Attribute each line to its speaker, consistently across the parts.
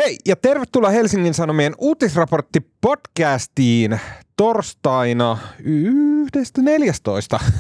Speaker 1: Hei ja tervetuloa Helsingin Sanomien uutisraportti-podcastiin torstaina 14.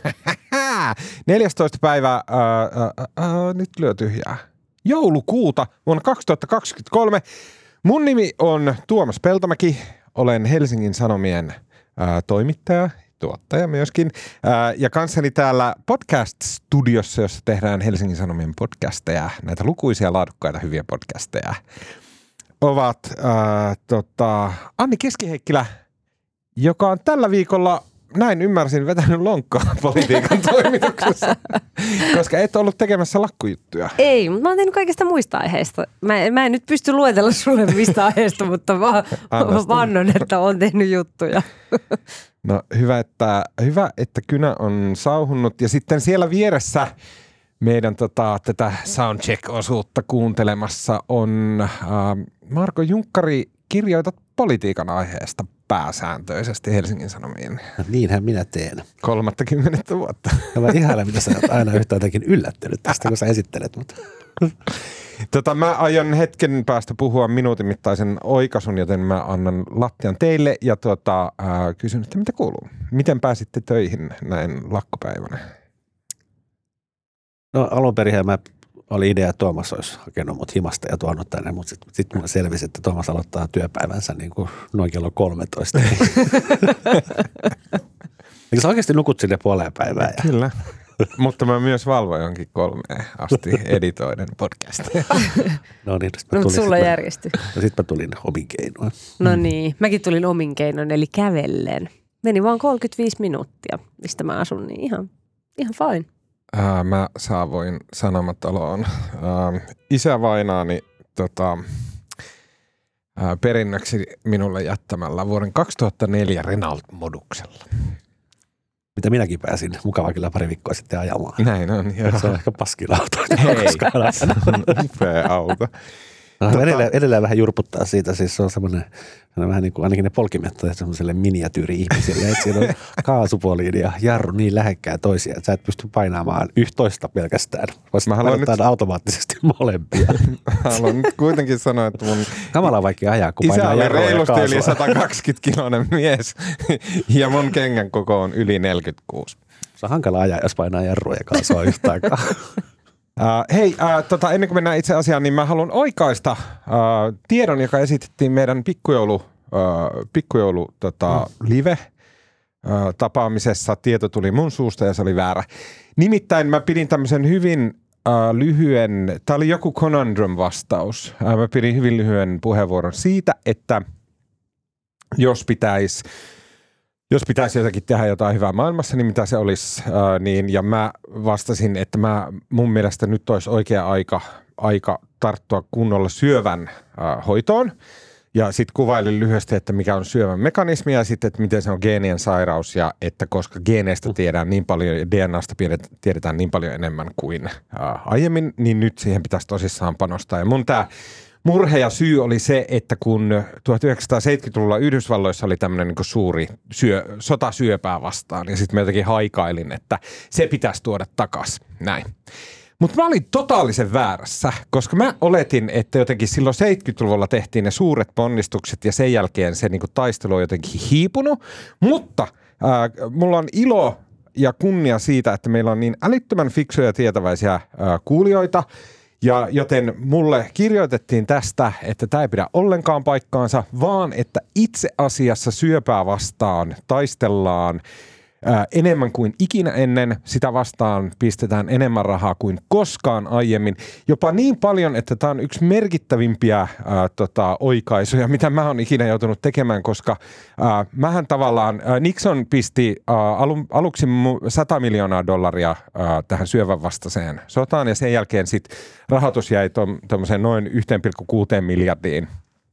Speaker 1: 14. päivä, nyt lyö tyhjää, joulukuuta vuonna 2023. Mun nimi on Tuomas Peltomäki, olen Helsingin Sanomien toimittaja, tuottaja myöskin. Ja kanssani täällä podcast-studiossa, jossa tehdään Helsingin Sanomien podcasteja, näitä lukuisia laadukkaita hyviä podcasteja, ovat Anni Keskiheikkilä, joka on tällä viikolla, näin ymmärsin, vetänyt lonkkaa politiikan toimituksessa, koska et ollut tekemässä lakkujuttuja.
Speaker 2: Ei, mutta mä oon tehnyt kaikista muista aiheista. Mä en nyt pysty luetella sulle mistä aiheesta, mutta vannon, että oon tehnyt juttuja.
Speaker 1: No hyvä, että kynä on sauhunnut ja sitten siellä vieressä meidän tätä soundcheck-osuutta kuuntelemassa on Marko Junkkari, kirjoitat politiikan aiheesta pääsääntöisesti Helsingin Sanomiin.
Speaker 3: Niinhän minä teen.
Speaker 1: 30 vuotta.
Speaker 3: Mä ihailen, mitä sä oot aina yhtä jotenkin yllättynyt tästä, kun sä esittelet mut.
Speaker 1: Mä aion hetken päästä puhua minuutin mittaisen oikaisun, joten mä annan lattian teille ja kysyn, että mitä kuuluu? Miten pääsitte töihin näin lakkopäivänä?
Speaker 3: No alun perin mä oli idea, että Tuomas olisi hakenut mut himasta ja tuonut tänne, mutta sitten mulle selvisi, että Tuomas aloittaa työpäivänsä niin kuin noin kello 13. Eikö sä oikeasti nukut sille puoleen päivään?
Speaker 1: Kyllä. Mutta mä myös valvoin jonkin 3 asti editoiden podcasteja.
Speaker 3: No niin.
Speaker 2: No, mutta sulla järjestyi.
Speaker 3: No sit mä tulin omin keinoin.
Speaker 2: No niin, mäkin tulin omin keinoin, eli kävellen. Meni vaan 35 minuuttia, mistä mä asun, niin ihan fine.
Speaker 1: Mä saavuin Sanomataloon isävainaani perinnöksi minulle jättämällä vuoden 2004 Renault-moduksella.
Speaker 3: Mitä minäkin pääsin mukavaa kyllä pari viikkoa sitten ajamaan.
Speaker 1: Näin on. Joo.
Speaker 3: Se on ehkä paskin auto.
Speaker 1: Hei, se on upea auto.
Speaker 3: Edelleen vähän jurputtaa siitä, siis se on semmoinen vähän niin kuin ainakin ne polkimet on semmoiselle miniatyyri-ihmiselle, että siinä on kaasupoliini ja jarru niin lähekkää toisiaan, että sä et pysty painaamaan yhtoista pelkästään. Mä haluan nyt automaattisesti molempia.
Speaker 1: Haluan nyt kuitenkin sanoa, että mun
Speaker 3: kamalaa vaikka ajaa, kun painaa jarrua ja kaasua.
Speaker 1: Reilusti yli 120-kiloinen mies ja mun kengän koko on yli 46.
Speaker 3: Se on hankala ajaa, jos painaa jarrua ja kaasua yhtä aikaa.
Speaker 1: Hei, ennen kuin mennään itse asiaan, niin mä haluan oikaista tiedon, joka esitettiin meidän pikkujoulu live tapaamisessa. Tieto tuli mun suusta ja se oli väärä. Nimittäin mä pidin tämmöisen hyvin lyhyen, tää oli joku conundrum-vastaus. Mä pidin hyvin lyhyen puheenvuoron siitä, että jos pitäisi jotakin tehdä jotain hyvää maailmassa, niin mitä se olisi, ja mä vastasin, että mun mielestä nyt olisi oikea aika tarttua kunnolla syövän hoitoon. Ja sitten kuvailin lyhyesti, että mikä on syövän mekanismi ja sitten, että miten se on geenien sairaus ja että koska geeneistä tiedetään niin paljon ja DNAsta tiedetään niin paljon enemmän kuin aiemmin, niin nyt siihen pitäisi tosissaan panostaa. Ja mun tämä murhe ja syy oli se, että kun 1970-luvulla Yhdysvalloissa oli tämmöinen niin suuri sota syöpää vastaan ja sitten mä jotenkin haikailin, että se pitäisi tuoda takaisin. Näin. Mutta mä olin totaalisen väärässä, koska mä oletin, että jotenkin silloin 70-luvulla tehtiin ne suuret ponnistukset ja sen jälkeen se niin taistelu on jotenkin hiipunut. Mutta mulla on ilo ja kunnia siitä, että meillä on niin älyttömän fiksuja ja tietäväisiä kuulijoita. Ja joten mulle kirjoitettiin tästä, että tämä ei pidä ollenkaan paikkaansa, vaan että itse asiassa syöpää vastaan taistellaan enemmän kuin ikinä ennen. Sitä vastaan pistetään enemmän rahaa kuin koskaan aiemmin. Jopa niin paljon, että tämä on yksi merkittävimpiä oikaisuja, mitä mä oon ikinä joutunut tekemään, koska mähän tavallaan, Nixon pisti aluksi $100 miljoonaa tähän syövän vastaiseen sotaan ja sen jälkeen sitten rahoitus jäi tuommoiseen noin 1,6 miljardiin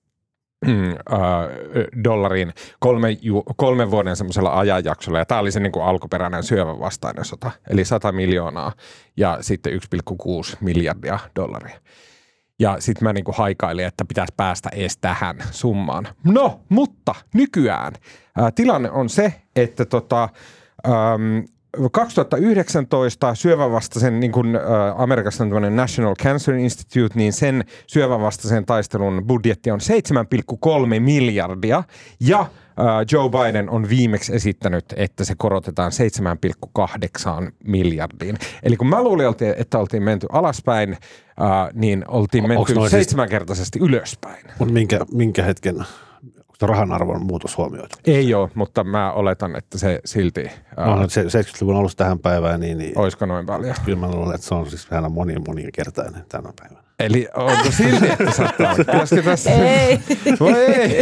Speaker 1: dollariin 3 vuoden semmoisella ajanjaksolla. Ja tämä oli se niin kuin alkuperäinen syövän vastainen sota. Eli 100 miljoonaa ja sitten 1,6 miljardia dollaria. Ja sitten mä niin kuin haikailin, että pitäisi päästä edes tähän summaan. No, mutta nykyään tilanne on se, että 2019 syövänvastaisen, niin kuin Amerikassa on tämmöinen National Cancer Institute, niin sen syövänvastaisen taistelun budjetti on 7,3 miljardia ja Joe Biden on viimeksi esittänyt, että se korotetaan 7,8 miljardiin. Eli kun mä luulin, että oltiin menty alaspäin, niin oltiin menty 7-kertaisesti ylöspäin.
Speaker 3: Mutta minkä hetken rahan arvon muutos huomioitu?
Speaker 1: Ei ole, mutta mä oletan, että se silti...
Speaker 3: 70-luvun alusta tähän päivään, niin...
Speaker 1: Olisiko noin paljon?
Speaker 3: Kyllä mä luulen, että se on siis vähän moninkertainen tänä päivänä.
Speaker 1: Eli onko silti, että saattaa? Pitäisikö tässä...
Speaker 2: Ei.
Speaker 1: Voi ei.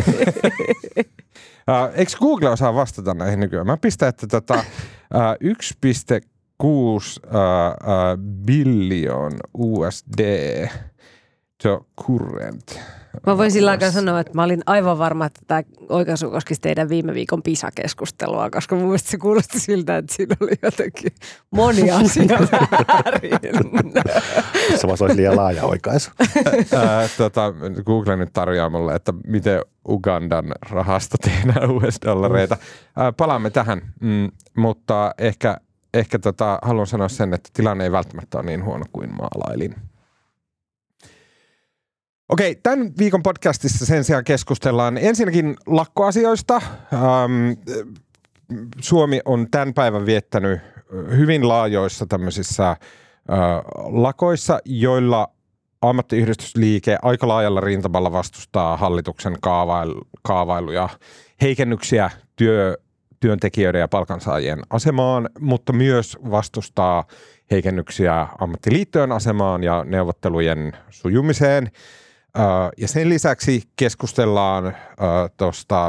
Speaker 1: Eikö Google osaa vastata näihin nykyään? Mä pistän, että 1,6 billion USD to current.
Speaker 2: Mä voin sillä aikaa sanoa, että mä olin aivan varma, että tämä oikaisu koskisi teidän viime viikon PISA-keskustelua, koska mun mielestä se kuulosti siltä, että siinä oli jotenkin moni asia väärin.
Speaker 3: Se olisi liian laaja oikaisu.
Speaker 1: Google nyt tarjoaa mulle, että miten Ugandan rahasta tehdään US-dollareita. Palaamme tähän, mutta ehkä haluan sanoa sen, että tilanne ei välttämättä ole niin huono kuin maalailin. Okei, tämän viikon podcastissa sen sijaan keskustellaan ensinnäkin lakkoasioista. Suomi on tämän päivän viettänyt hyvin laajoissa tämmöisissä lakoissa, joilla ammattiyhdistysliike aika laajalla rintamalla vastustaa hallituksen kaavailuja heikennyksiä työntekijöiden ja palkansaajien asemaan, mutta myös vastustaa heikennyksiä ammattiliittojen asemaan ja neuvottelujen sujumiseen. Ja sen lisäksi keskustellaan tuosta,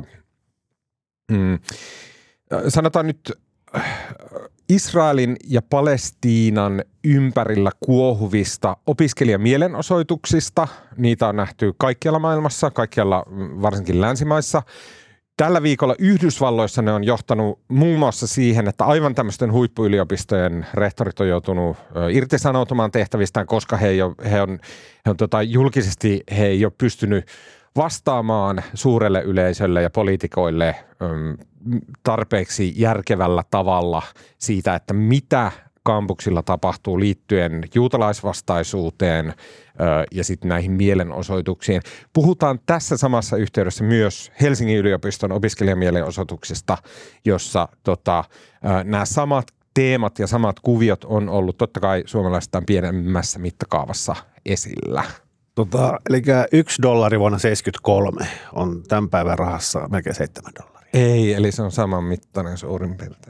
Speaker 1: sanotaan nyt Israelin ja Palestiinan ympärillä kuohuvista opiskelijamielenosoituksista. Niitä on nähty kaikkialla maailmassa, kaikkialla varsinkin länsimaissa. Tällä viikolla Yhdysvalloissa ne on johtanut muun muassa siihen, että aivan tämmöisten huippuyliopistojen rehtorit on joutunut irtisanoutumaan tehtävistään, koska julkisesti he ei ole pystynyt vastaamaan suurelle yleisölle ja poliitikoille tarpeeksi järkevällä tavalla siitä, että mitä kampuksilla tapahtuu liittyen juutalaisvastaisuuteen ja sitten näihin mielenosoituksiin. Puhutaan tässä samassa yhteydessä myös Helsingin yliopiston opiskelijamielenosoituksista, jossa nämä samat teemat ja samat kuviot on ollut totta kai suomalaistaan pienemmässä mittakaavassa esillä.
Speaker 3: Eli $1 vuonna 1973 on tämän päivän rahassa melkein $7.
Speaker 1: Ei, eli se on saman mittainen suurin piirtein.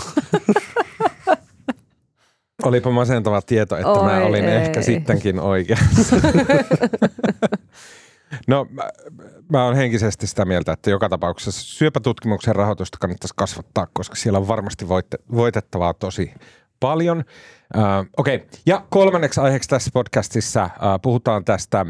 Speaker 1: Olipa masentava tieto, että mä olin ehkä sittenkin oikeassa. No, mä oon henkisesti sitä mieltä, että joka tapauksessa syöpätutkimuksen rahoitusta kannattaisi kasvattaa, koska siellä on varmasti voitettavaa tosi paljon. Okei. Ja kolmanneksi aiheeksi tässä podcastissa puhutaan tästä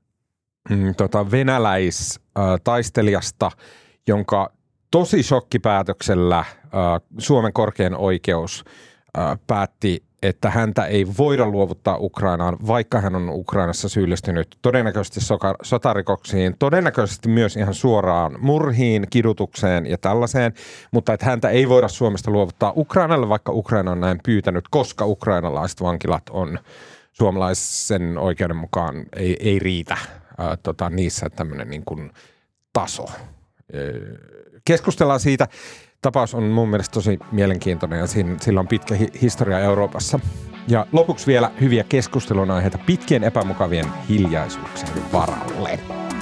Speaker 1: venäläistaistelijasta, jonka tosi shokkipäätöksellä Suomen korkein oikeus päätti, että häntä ei voida luovuttaa Ukrainaan, vaikka hän on Ukrainassa syyllistynyt todennäköisesti sotarikoksiin, todennäköisesti myös ihan suoraan murhiin, kidutukseen ja tällaiseen, mutta että häntä ei voida Suomesta luovuttaa Ukrainalle, vaikka Ukraina on näin pyytänyt, koska ukrainalaiset vankilat on suomalaisen oikeuden mukaan ei riitä niissä tämmöinen niin kuin taso. Keskustellaan siitä. Tapaus on mun mielestä tosi mielenkiintoinen ja sillä on pitkä historia Euroopassa. Ja lopuksi vielä hyviä keskustelun aiheita pitkien epämukavien hiljaisuuksien varalle.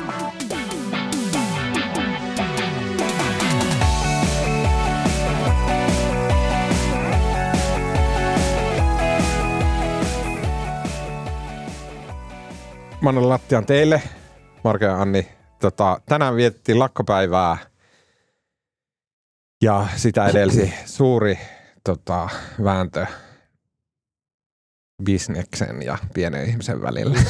Speaker 1: Mä annan lattian teille, Marko ja Anni. Tänään vietettiin lakkopäivää. Ja sitä edelsi suuri vääntö bisneksen ja pienen ihmisen välillä.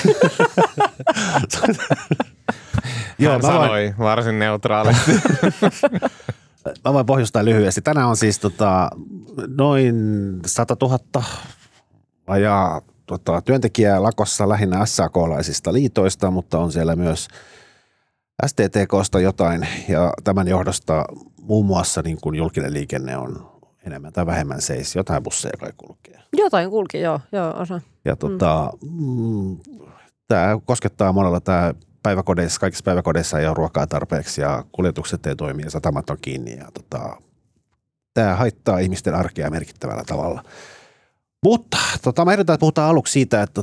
Speaker 1: Hän sanoi varsin neutraalisti.
Speaker 3: Mä voin pohjustaa lyhyesti. Tänään on siis noin 100 000 vajaa työntekijää lakossa lähinnä SAK-laisista liitoista, mutta on siellä myös STTK:sta jotain ja tämän johdosta muun muassa niin kuin julkinen liikenne on enemmän tai vähemmän seis. Jotain busseja kai kulkee.
Speaker 2: Jotain kulki, joo osa.
Speaker 3: Ja tämä koskettaa monella tämä päiväkodeissa, kaikissa päiväkodeissa ei ole ruokaa tarpeeksi ja kuljetukset ei toimi ja satamat on kiinni. Ja tämä haittaa ihmisten arkea merkittävällä tavalla. Mutta mä ehdotan, että puhutaan aluksi siitä, että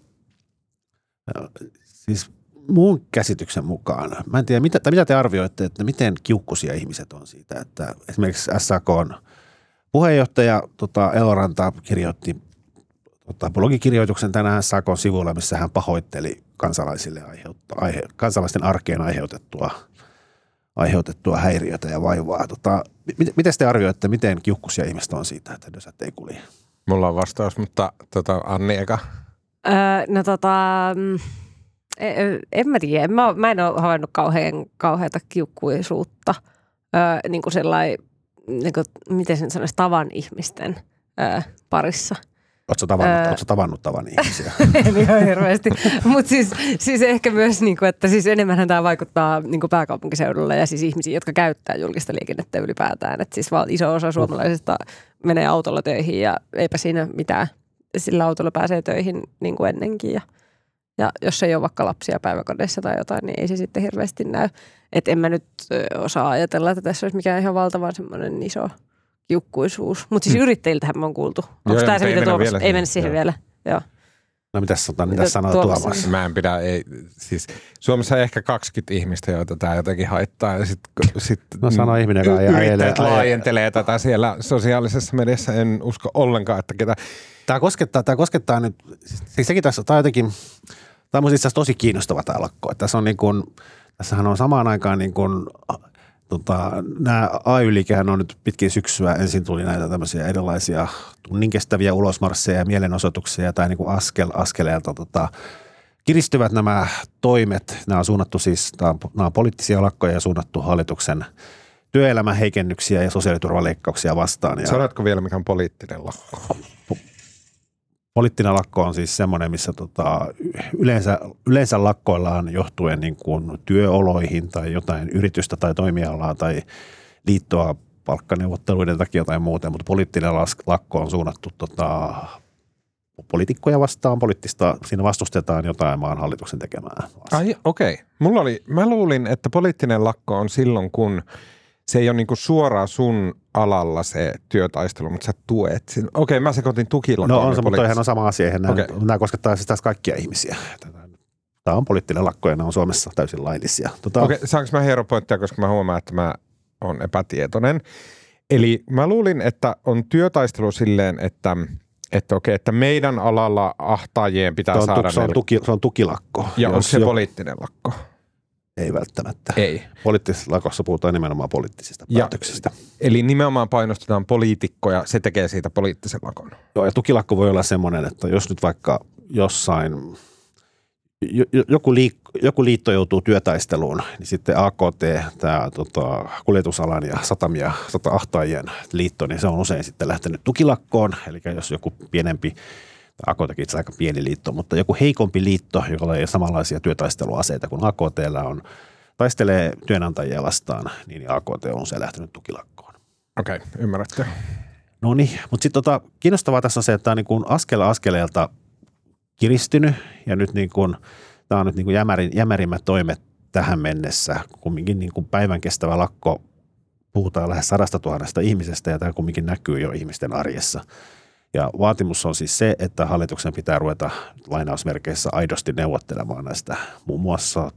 Speaker 3: siis mun käsityksen mukaan, mä en tiedä, mitä te arvioitte, että miten kiukkuisia ihmiset on siitä, että esimerkiksi SAK:n puheenjohtaja Eloranta kirjoitti blogikirjoituksen tänään SAK:n sivuilla, missä hän pahoitteli kansalaisten arkeen aiheutettua häiriötä ja vaivaa. Miten te arvioitte, miten kiukkuisia ihmiset on siitä, että dösät ei kulje?
Speaker 1: Mulla on vastaus, mutta Anni eka.
Speaker 2: En mä tiedä. Mä en ole havainnut kauheata kiukkuisuutta niin kuin sellainen, niin kuin, miten sen sanoisi, tavan ihmisten parissa.
Speaker 3: Oletko tavannut tavan ihmisiä?
Speaker 2: En ihan hirveästi. Mutta siis ehkä myös, niin kuin, että siis enemmänhän tämä vaikuttaa niin kuin pääkaupunkiseudulla ja siis ihmisiä, jotka käyttää julkista liikennettä ylipäätään. Että siis iso osa suomalaisista menee autolla töihin ja eipä siinä mitään. Sillä autolla pääsee töihin niin kuin ennenkin ja jos ei ole vaikka lapsia päiväkodeissa tai jotain, niin ei se sitten hirveästi näy. Että en mä nyt osaa ajatella, että tässä olisi mikään ihan valtavan semmoinen iso kiukkuisuus. Mutta siis yrittäjiltähän me on kuultu. Onko tämä se, mitä Tuomas? Ei mennä siihen vielä. Joo.
Speaker 3: No mitäs sanoo Tuomas?
Speaker 1: Mä en pidä, siis Suomessa on ehkä 20 ihmistä, joita tämä jotenkin haittaa. Ja sit
Speaker 3: sano ihminen, joka
Speaker 1: yrittäjät laajentelee tätä siellä sosiaalisessa mediassa. En usko ollenkaan, että ketä.
Speaker 3: Tämä koskettaa nyt, siis sekin tässä, tämä on jotenkin, tämä on itse asiassa tosi kiinnostava tämä lakko. Tässä on niin kuin, tässähän on samaan aikaan niin kuin, nämä AY-liikehän on nyt pitkin syksyä. Ensin tuli näitä tämmöisiä erilaisia tunninkestäviä ulosmarsseja ja mielenosoituksia tai niin kuin askeleelta kiristyvät nämä toimet. Nämä on suunnattu siis, nämä on poliittisia lakkoja ja suunnattu hallituksen työelämän heikennyksiä ja sosiaaliturvaleikkauksia vastaan.
Speaker 1: Sanotko vielä, mikä on poliittinen lakko?
Speaker 3: Poliittinen lakko on siis semmoinen, missä yleensä lakkoillaan johtuen niin kuin työoloihin tai jotain yritystä tai toimialaa tai liittoa palkkaneuvotteluiden takia tai muuten, mutta poliittinen lakko on suunnattu poliitikkoja vastaan, siinä vastustetaan jotain maan hallituksen tekemää.
Speaker 1: Ai okei. Mä luulin, että poliittinen lakko on silloin, kun se ei ole niinku suoraan sun alalla se työtaistelu, mutta sä tuet. Okei, mä sekoitin tukilakkoon.
Speaker 3: No on se, mutta toihan on sama asia. Nämä koskettaa siis taas kaikkia ihmisiä. Tämä on poliittinen lakko ja nämä on Suomessa täysin laillisia.
Speaker 1: Okei, saanko mä hieropointtia, koska mä huomaan, että mä oon epätietoinen. Eli mä luulin, että on työtaistelu silleen, että meidän alalla ahtaajien pitää saada...
Speaker 3: Se on tukilakko.
Speaker 1: Ja onko se poliittinen lakko?
Speaker 3: Ei välttämättä.
Speaker 1: Ei.
Speaker 3: Poliittisessa lakossa puhutaan nimenomaan poliittisista päätöksistä.
Speaker 1: Eli nimenomaan painostetaan poliitikkoja, se tekee siitä poliittisen lakon.
Speaker 3: Joo, ja tukilakko voi olla semmoinen, että jos nyt vaikka jossain joku liitto joutuu työtaisteluun, niin sitten AKT, tämä kuljetusalan ja satamia ahtaajien liitto, niin se on usein sitten lähtenyt tukilakkoon. Eli jos joku pienempi, AKTkin itse aika pieni liitto, mutta joku heikompi liitto, jolla ei ole samanlaisia työtaisteluaseita kuin AKT:llä on, taistelee työnantajia vastaan, niin AKT on se lähtenyt tukilakkoon.
Speaker 1: Okei, ymmärrätte.
Speaker 3: No niin, mutta sitten kiinnostavaa tässä on se, että tämä on niin kuin askel askeleelta kiristynyt ja nyt niin kuin, tämä on nyt niin kuin jämärimmät toimet tähän mennessä. Kumminkin niin kuin päivän kestävä lakko, puhutaan lähes 100 000 ihmisestä ja tämä kumminkin näkyy jo ihmisten arjessa. Ja vaatimus on siis se, että hallituksen pitää ruveta lainausmerkeissä aidosti neuvottelemaan näistä muun muassa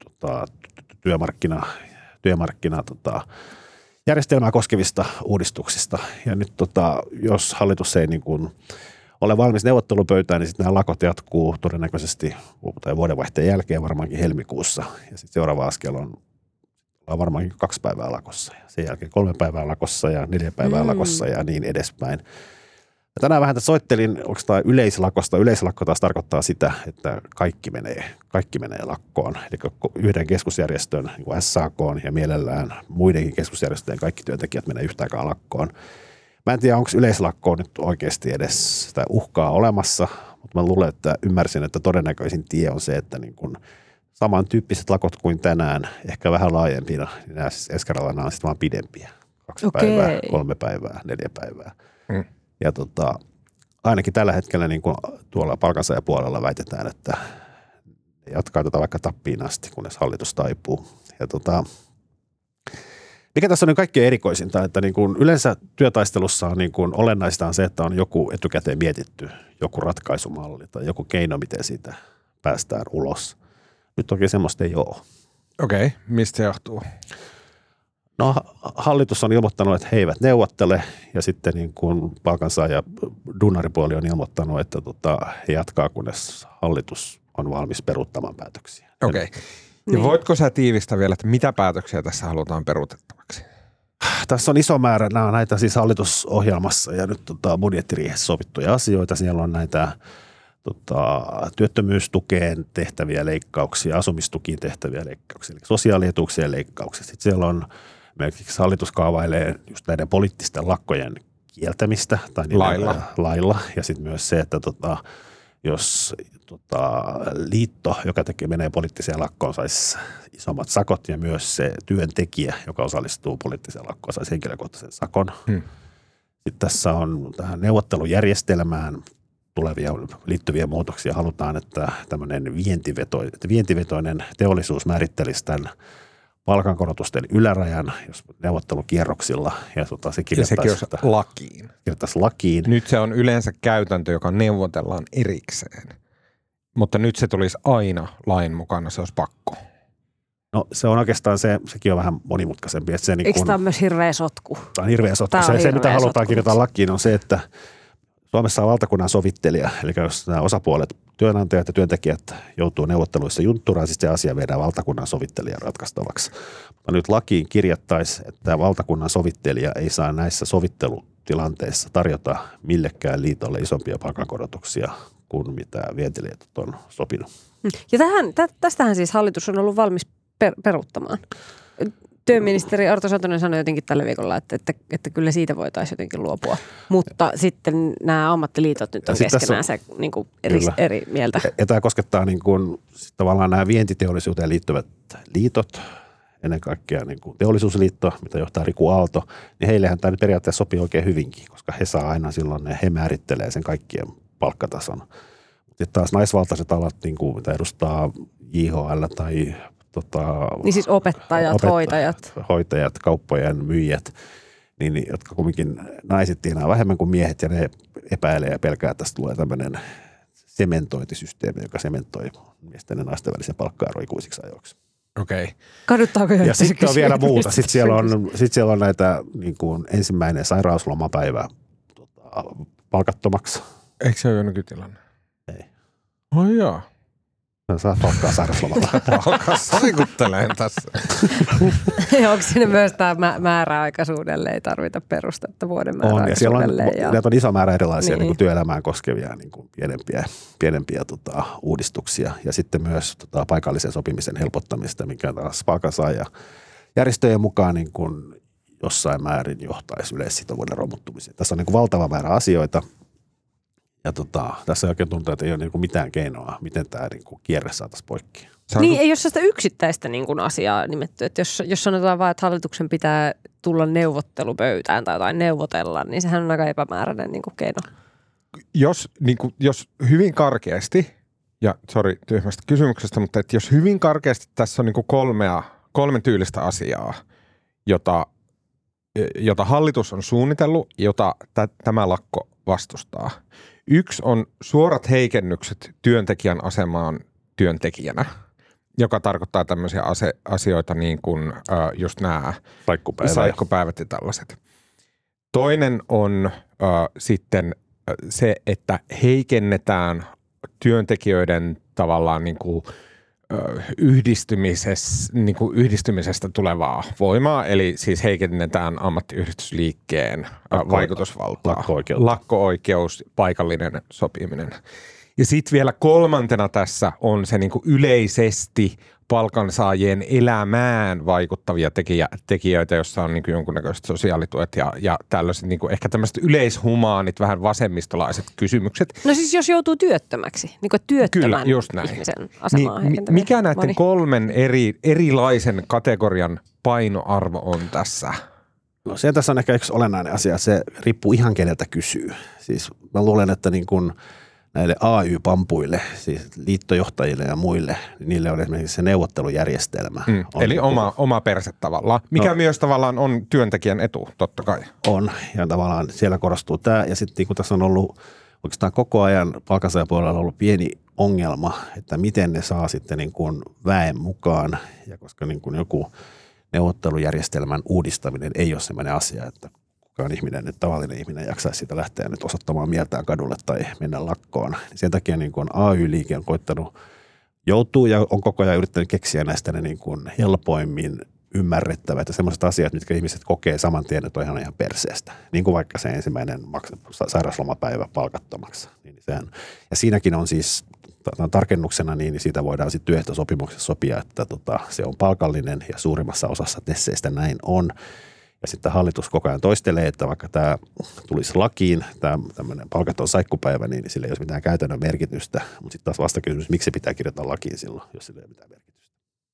Speaker 3: järjestelmää koskevista uudistuksista. Ja nyt jos hallitus ei niin kuin ole valmis neuvottelupöytään, niin sitten nämä lakot jatkuu todennäköisesti tai vuodenvaihteen jälkeen varmaankin helmikuussa. Ja sitten seuraava askel on varmaankin 2 päivää lakossa. Ja sen jälkeen 3 päivää lakossa ja 4 päivää lakossa ja niin edespäin. Ja tänään vähän soittelin, onko tämä yleislakosta. Yleislakko taas tarkoittaa sitä, että kaikki menee lakkoon. Eli yhden keskusjärjestön, niin kuin SAK:n ja mielellään muidenkin keskusjärjestöjen kaikki työntekijät menee yhtä aikaa lakkoon. Mä en tiedä, onko yleislakkoa nyt oikeasti edes sitä uhkaa olemassa, mutta mä luulen, että ymmärsin, että todennäköisin tie on se, että niin kun samantyyppiset lakot kuin tänään, ehkä vähän laajempina, niin nämä Eskaralana on sitten vaan pidempiä. 2 päivää, 3 päivää, 4 päivää. Ja ainakin tällä hetkellä niin kuin tuolla palkansaajapuolella väitetään, että ne jatkaa tätä vaikka tappiin asti, kunnes hallitus taipuu. Ja mikä tässä on niin kaikkein erikoisinta, että niin kuin yleensä työtaistelussa on niin kuin olennaista on se, että on joku etukäteen mietitty, joku ratkaisumalli tai joku keino, miten siitä päästään ulos. Nyt oikein semmoista ei ole.
Speaker 1: Okei, mistä se johtuu?
Speaker 3: No hallitus on ilmoittanut, että he eivät neuvottele ja sitten niin kuin palkansaaja duunaripuoli on ilmoittanut, että he jatkaa, kunnes hallitus on valmis peruuttamaan päätöksiä.
Speaker 1: Okei. Ja voitko sä tiivistää vielä, että mitä päätöksiä tässä halutaan peruutettavaksi?
Speaker 3: Tässä on iso määrä, nämä on näitä siis hallitusohjelmassa ja nyt budjettiriihessä sovittuja asioita. Siellä on näitä työttömyystukeen tehtäviä leikkauksia, asumistukiin tehtäviä leikkauksia, eli sosiaalietuuksien leikkauksia. Sitten siellä on esimerkiksi hallitus kaavailee just näiden poliittisten lakkojen kieltämistä tai lailla. Ja sitten myös se, että jos liitto, joka menee poliittiseen lakkoon, saisi isommat sakot ja myös se työntekijä, joka osallistuu poliittiseen lakkoon, saisi henkilökohtaisen sakon. Sitten tässä on tähän neuvottelujärjestelmään liittyviä muutoksia. Halutaan, että tämmöinen vientivetoinen teollisuus määrittelisi tämän palkankorotusten ylärajan, jos neuvottelukierroksilla, ja se kirjoittaisi lakiin.
Speaker 1: Nyt se on yleensä käytäntö, joka neuvotellaan erikseen, mutta nyt se tulisi aina lain mukana, se olisi pakko.
Speaker 3: No se on oikeastaan sekin on vähän monimutkaisempi.
Speaker 2: Eikö tämä ole myös hirveä sotku?
Speaker 3: Tämä on hirveä sotku. Se mitä halutaan kirjoittaa lakiin, on se, että Suomessa on valtakunnan sovittelija, eli jos nämä osapuolet, työnantajat ja työntekijät joutuu neuvotteluissa juntturaan, siis se asia viedään valtakunnan sovittelijan ratkaistavaksi. Mutta nyt lakiin kirjattaisiin, että valtakunnan sovittelija ei saa näissä sovittelutilanteissa tarjota millekään liitolle isompia palkankorotuksia kuin mitä vientiliitot on sopinut.
Speaker 2: Ja tästähän siis hallitus on ollut valmis peruuttamaan. Työministeri Arto Satonen sanoi jotenkin tällä viikolla, että kyllä siitä voitaisiin jotenkin luopua, mutta sitten nämä ammattiliitot nyt on keskenään se niin kuin eri mieltä.
Speaker 3: Ja tämä koskettaa niin kuin, tavallaan nämä vientiteollisuuteen liittyvät liitot, ennen kaikkea niin kuin Teollisuusliitto, mitä johtaa Riku Aalto, niin heillehän tämä nyt periaatteessa sopii oikein hyvinkin, koska he saa aina silloin, he määrittelee sen kaikkien palkkatason. Sitten taas naisvaltaiset alat, niin kuin, mitä edustaa JHL tai
Speaker 2: niin siis opettajat,
Speaker 3: hoitajat, kauppojen myyjät, niin, jotka kumminkin naiset tienaa vähemmän kuin miehet ja ne epäilee ja pelkää, että tästä tulee tämmöinen sementointisysteemi, joka sementoi miesten ja naisten välisen palkka-arvon ikuisiksi ajoiksi.
Speaker 1: Okei.
Speaker 2: Kaduttaako jo?
Speaker 3: Ja sitten on vielä muuta. Sitten siellä on näitä niin kuin ensimmäinen sairauslomapäivä palkattomaksi.
Speaker 1: Eikö se ole jo nykytilanne?
Speaker 3: Ei.
Speaker 1: Oh joo.
Speaker 3: Saa palkkaa sairauslomalla.
Speaker 1: Alkaa saikutteleen tässä.
Speaker 2: Onko siinä myös tämä määräaikaisuudelle ei tarvita perustetta vuoden määräaikaisuudelle?
Speaker 3: Näitä on iso määrä erilaisia niin kuin työelämään koskevia niin kuin pienempiä uudistuksia. Ja sitten myös paikallisen sopimisen helpottamista, mikä taas palkansaaja järjestöjen mukaan niin kuin jossain määrin johtaisi yleissitovuuden romuttumiseen. Tässä on niin kuin valtava määrä asioita. Ja tässä oikein tuntuu, että ei ole niinku mitään keinoa, miten tämä niinku kierre saataisiin poikki.
Speaker 2: Niin, ei ole sitä yksittäistä niinku asiaa nimetty. Että jos sanotaan vaan, että hallituksen pitää tulla neuvottelupöytään tai jotain neuvotella, niin sehän on aika epämääräinen niinku keino.
Speaker 1: Jos hyvin karkeasti, ja sori tyhmästä kysymyksestä, mutta että jos hyvin karkeasti tässä on niinku kolmen tyylistä asiaa, jota hallitus on suunnitellut, jota tämä lakko vastustaa. Yksi on suorat heikennykset työntekijän asemaan työntekijänä, joka tarkoittaa tämmöisiä asioita niin kuin just nämä saikkopäivät ja tällaiset. Toinen on sitten se, että heikennetään työntekijöiden tavallaan niin kuin yhdistymisestä tulevaa voimaa, eli siis heikennetään ammattiyhdistysliikkeen vaikutusvaltaa. Lakko-oikeus, paikallinen sopiminen. Ja sitten vielä kolmantena tässä on se niinku yleisesti palkansaajien elämään vaikuttavia tekijöitä, jossa on niinku jonkunnäköiset sosiaalituet ja tällaiset niinku ehkä tämmöiset yleishumaanit, vähän vasemmistolaiset kysymykset.
Speaker 2: No siis jos joutuu työttömäksi, niin kuin työttömän ihmisen asemaa heikentämään.
Speaker 1: Mikä näiden kolmen erilaisen kategorian painoarvo on tässä?
Speaker 3: No se tässä on ehkä yksi olennainen asia. Se riippuu ihan keneltä kysyy. Siis mä luulen, että niin kuin näille AY-pampuille, siis liittojohtajille ja muille, niin niille on esimerkiksi se neuvottelujärjestelmä.
Speaker 1: Eli oma perse tavallaan, mikä myös tavallaan on työntekijän etu, totta kai.
Speaker 3: On, ja tavallaan siellä korostuu tämä. Ja sitten niin kuin tässä on ollut oikeastaan koko ajan palkansaajapuolella on ollut pieni ongelma, että miten ne saa sitten niin kuin väen mukaan. Ja koska niin kuin joku neuvottelujärjestelmän uudistaminen ei ole sellainen asia, että kukaan ihminen, nyt tavallinen ihminen jaksaisi siitä lähteä nyt osoittamaan mieltään kadulle tai mennä lakkoon. Sen takia niin kuin AY-liike on koittanut, joutuu ja on koko ajan yrittänyt keksiä näistä ne niin kuin helpoimmin ymmärrettävät ja sellaiset asiat, mitkä ihmiset kokee saman tien, että on ihan perseestä. Niin kuin vaikka se ensimmäinen sairauslomapäivä palkattomaksi. Ja siinäkin on siis tarkennuksena, niin siitä voidaan sitten työehtosopimuksessa sopia, että se on palkallinen ja suurimmassa osassa tesseistä näin on. Ja sitten hallitus koko ajan toistelee, että vaikka tämä tulisi lakiin, tämä tämmöinen palkaton saikkupäivä, niin sillä ei ole mitään käytännön merkitystä. Mutta sitten taas vastakysymys, miksi se pitää kirjoittaa lakiin silloin, jos sillä ei ole mitään merkitystä.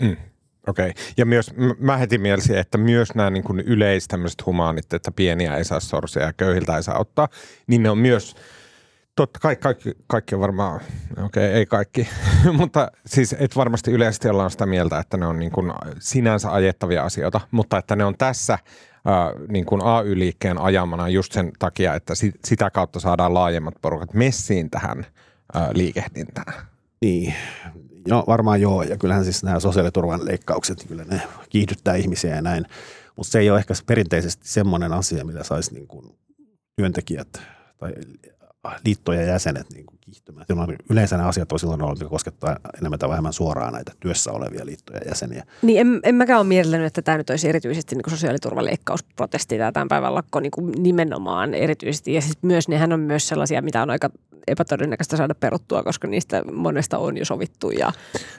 Speaker 1: Okei. Ja myös mä heti mielisin, että myös nämä niin kuin tämmöiset humaanit, että pieniä ei saa sorsia ja köyhiltä ei saa ottaa, niin ne on myös, totta kai kaikki on varmaan, ei kaikki, mutta siis et varmasti yleisesti ollaan sitä mieltä, että ne on niin kuin sinänsä ajettavia asioita, mutta että ne on tässä niin kuin AY-liikkeen ajamana just sen takia, että sitä kautta saadaan laajemmat porukat messiin tähän liikehdintään.
Speaker 3: Niin, no varmaan joo, ja kyllähän siis nämä sosiaaliturvan leikkaukset, kyllä ne kiihdyttää ihmisiä ja näin, mutta se ei ole ehkä perinteisesti semmoinen asia, millä saisi niin kuin työntekijät tai liittojen jäsenet niin kuin kiihtymään. Yleensä nämä asiat on silloin ollut, mikä koskettaa enemmän tai vähemmän suoraan näitä työssä olevia liittojen jäseniä.
Speaker 2: Niin en mäkään ole mielellänyt, että tämä nyt olisi erityisesti niin kuin sosiaaliturvaleikkausprotesti tai tämän päivän lakko niin kuin nimenomaan erityisesti. Ja sitten myös nehän on myös sellaisia, mitä on aika epätodennäköistä saada peruttua, koska niistä monesta on jo sovittu. Ja,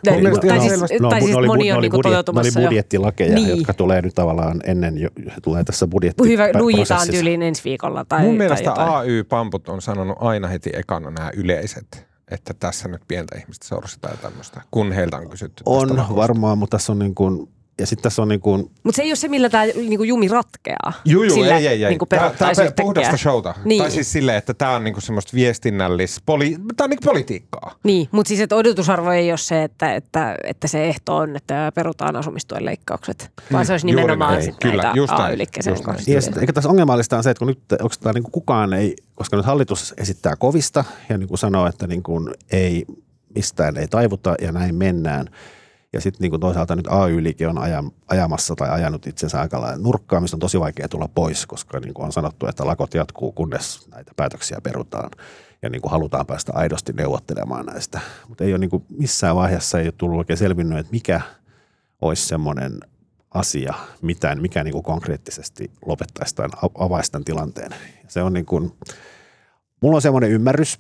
Speaker 2: tai siis moni on niin kuin toteutumassa
Speaker 3: jo. Ne oli budjettilakeja, niin, jotka tulee nyt tavallaan ennen, tulee tässä budjettiprosessissa.
Speaker 2: Nuijitaan tyyliin ensi viikolla.
Speaker 1: Mun mielestä AY-pamput on sanonut aina heti ekana nämä yleiset, että tässä nyt pientä ihmistä sorsitaan ja tämmöistä, kun heiltä on kysytty.
Speaker 3: On varmaan, mutta tässä on niin kuin, ja sitten tässä on niin kuin.
Speaker 2: Mutta se ei ole se, millä tämä niin kuin jumi ratkeaa.
Speaker 1: Sillä, ei. Niin tämä on puhdasta showta. Niin. Tai siis silleen, että tämä on niin kuin semmoista viestinnällis, tämä on niin kuin politiikkaa.
Speaker 2: Niin, mutta siis että odotusarvo ei ole se, että se ehto on, että perutaan asumistuen leikkaukset, vaan se olisi nimenomaan sitten näitä AY-liikkeeseen kohdistuvia.
Speaker 3: Eikä tässä ongelmallista on se, että kun nyt onko tämä niin kuin kukaan ei, koska nyt hallitus esittää kovista ja niin kuin sanoo, että niin kuin ei mistään ei taivuta ja näin mennään. Ja sitten niin toisaalta nyt AY-liike on ajamassa tai ajanut itsensä aika lailla nurkkaan, mistä on tosi vaikea tulla pois, koska niin on sanottu, että lakot jatkuu, kunnes näitä päätöksiä perutaan. Ja niin halutaan päästä aidosti neuvottelemaan näistä. Mutta ei ole niin missään vaiheessa ei ole tullut oikein selvinnyt, että mikä olisi semmoinen asia, mikä niin konkreettisesti lopettaisi tai avaisi tämän tilanteen. Se on niin kuin, mulla on semmoinen ymmärrys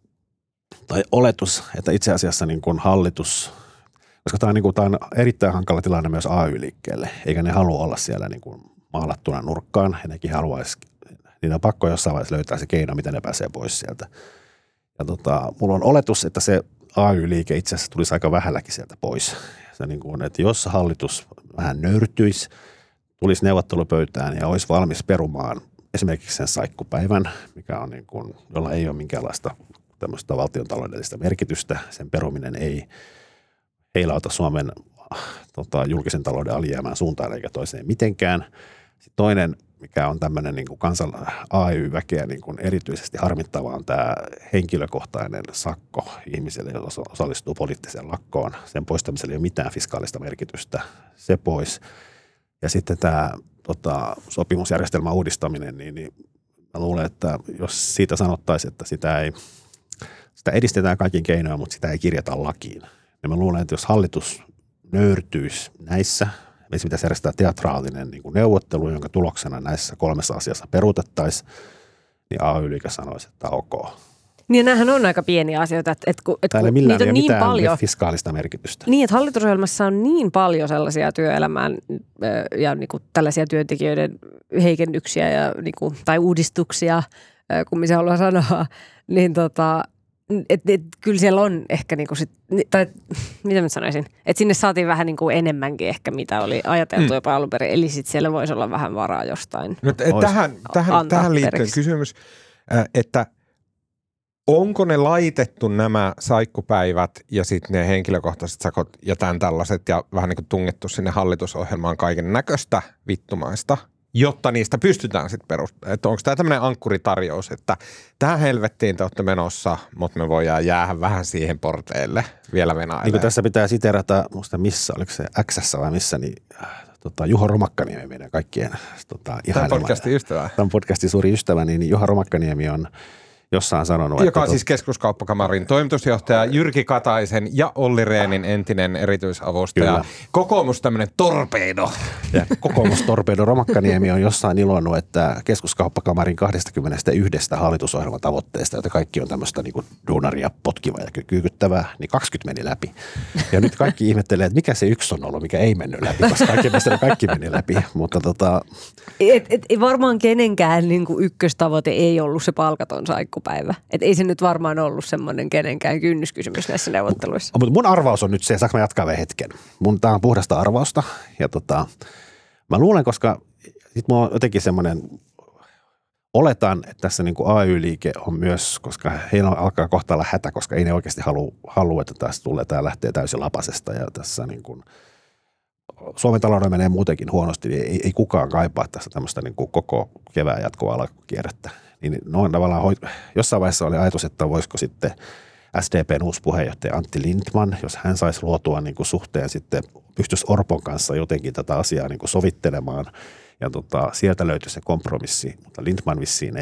Speaker 3: tai oletus, että itse asiassa niin kuin hallitus, koska tämä on erittäin hankala tilanne myös AY-liikkeelle, eikä ne halua olla siellä niin kuin maalattuna nurkkaan. Ja nekin haluaisi, niin on pakko jossain vaiheessa löytää se keino, miten ne pääsee pois sieltä. Ja mulla on oletus, että se AY-liike itse asiassa tulisi aika vähälläkin sieltä pois. Se niin kuin, että jos hallitus vähän nöyrtyisi, tulisi neuvottelupöytään ja olisi valmis perumaan esimerkiksi sen saikkupäivän, mikä on niin kuin, jolla ei ole minkäänlaista tämmöistä valtiontaloudellista merkitystä. Sen peruminen ei heilauta Suomen julkisen talouden alijäämään suuntaan eikä toiseen mitenkään. Sitten toinen, mikä on tämmöinen niin kuin AY-väkeä niin kuin erityisesti harmittava, on tämä henkilökohtainen sakko ihmiselle, jos osallistuu poliittiseen lakkoon. Sen poistamisella ei ole mitään fiskaalista merkitystä. Se pois. Ja sitten tämä sopimusjärjestelmän uudistaminen, niin mä luulen, että jos siitä sanottaisiin, että sitä edistetään kaikin keinoin, mutta sitä ei kirjata lakiin. Ja mä luulen, että jos hallitus nöyrtyisi näissä, meistä pitäisi järjestää teatraalinen niin kuin neuvottelu, jonka tuloksena näissä 3 asiassa peruutettaisiin, niin AY-liike sanoisi, että ok.
Speaker 2: Niin nämähän on aika pieniä asioita, että kun
Speaker 3: niitä on niin paljon fiskaalista merkitystä.
Speaker 2: Niin, että hallitusohjelmassa on niin paljon sellaisia työelämään ja niin kuin tällaisia työntekijöiden heikennyksiä ja, niin kuin, tai uudistuksia, kun se haluaa sanoa, kyllä siellä on ehkä niinku sit, tai mitä mä sanoisin, että sinne saatiin vähän niinku enemmänkin ehkä mitä oli ajateltu jopa alun perin, eli sitten siellä voisi olla vähän varaa jostain.
Speaker 1: No, tähän liittyen kysymys, että onko ne laitettu nämä saikkupäivät ja sitten ne henkilökohtaiset sakot ja tämän tällaiset ja vähän niin kuin tungettu sinne hallitusohjelmaan kaiken näköistä vittumaista, jotta niistä pystytään sitten perustamaan. Että onko tämä tämmöinen ankkuritarjous, että tähän helvettiin te olette menossa, mutta me voidaan jäädä vähän siihen porteille vielä Venäjälle.
Speaker 3: Niin kuin tässä pitää siterata, muista missä, oliko se X:ssä vai missä, niin Juho Romakkaniemi meidän kaikkien
Speaker 1: Tämän podcastin ystävä.
Speaker 3: Tämän podcastin suuri ystävä, niin Juho Romakkaniemi on jossain sanonut,
Speaker 1: joka on siis Keskuskauppakamarin toimitusjohtaja Jyrki Kataisen ja Olli Rehnin entinen erityisavustaja. Kyllä. Kokoomus tämmöinen torpedo.
Speaker 3: Ja kokoomustorpedo Romakkaniemi on jossain ilonnut, että Keskuskauppakamarin 21 hallitusohjelman tavoitteesta, joita kaikki on tämmöistä niin kuin duunaria potkiva ja kyykyttävää, niin 20 meni läpi. Ja nyt kaikki ihmettelee, että mikä se yksi on ollut, mikä ei mennyt läpi, koska kaikki meni läpi. Mutta
Speaker 2: ei varmaan kenenkään niin kuin ykköstavoite ei ollut se palkaton saikkupäivä. Et ei se nyt varmaan ollut semmoinen kenenkään kynnyskysymys näissä neuvotteluissa.
Speaker 3: Mutta mun arvaus on nyt se, saanko mä jatkaa vielä hetken? Tää on puhdasta arvausta ja mä luulen, koska sit mulla on jotenkin semmoinen, oletan, että tässä niin kuin AY-liike on myös, koska heillä alkaa kohta olla hätä, koska ei ne oikeasti halua, että tää lähtee täysin lapasesta ja tässä niin kuin Suomen talouden menee muutenkin huonosti, niin ei kukaan kaipaa tässä tämmöistä niin kuin koko kevään jatkoa alkukierrettä. Niin noin tavallaan jossain vaiheessa oli ajatus, että voisiko sitten SDPn uusi puheenjohtaja Antti Lindtman, jos hän saisi luotua niin kuin suhteen sitten, pystyisi Orpon kanssa jotenkin tätä asiaa niin kuin sovittelemaan ja sieltä löytyisi se kompromissi, mutta Lindtman vissiin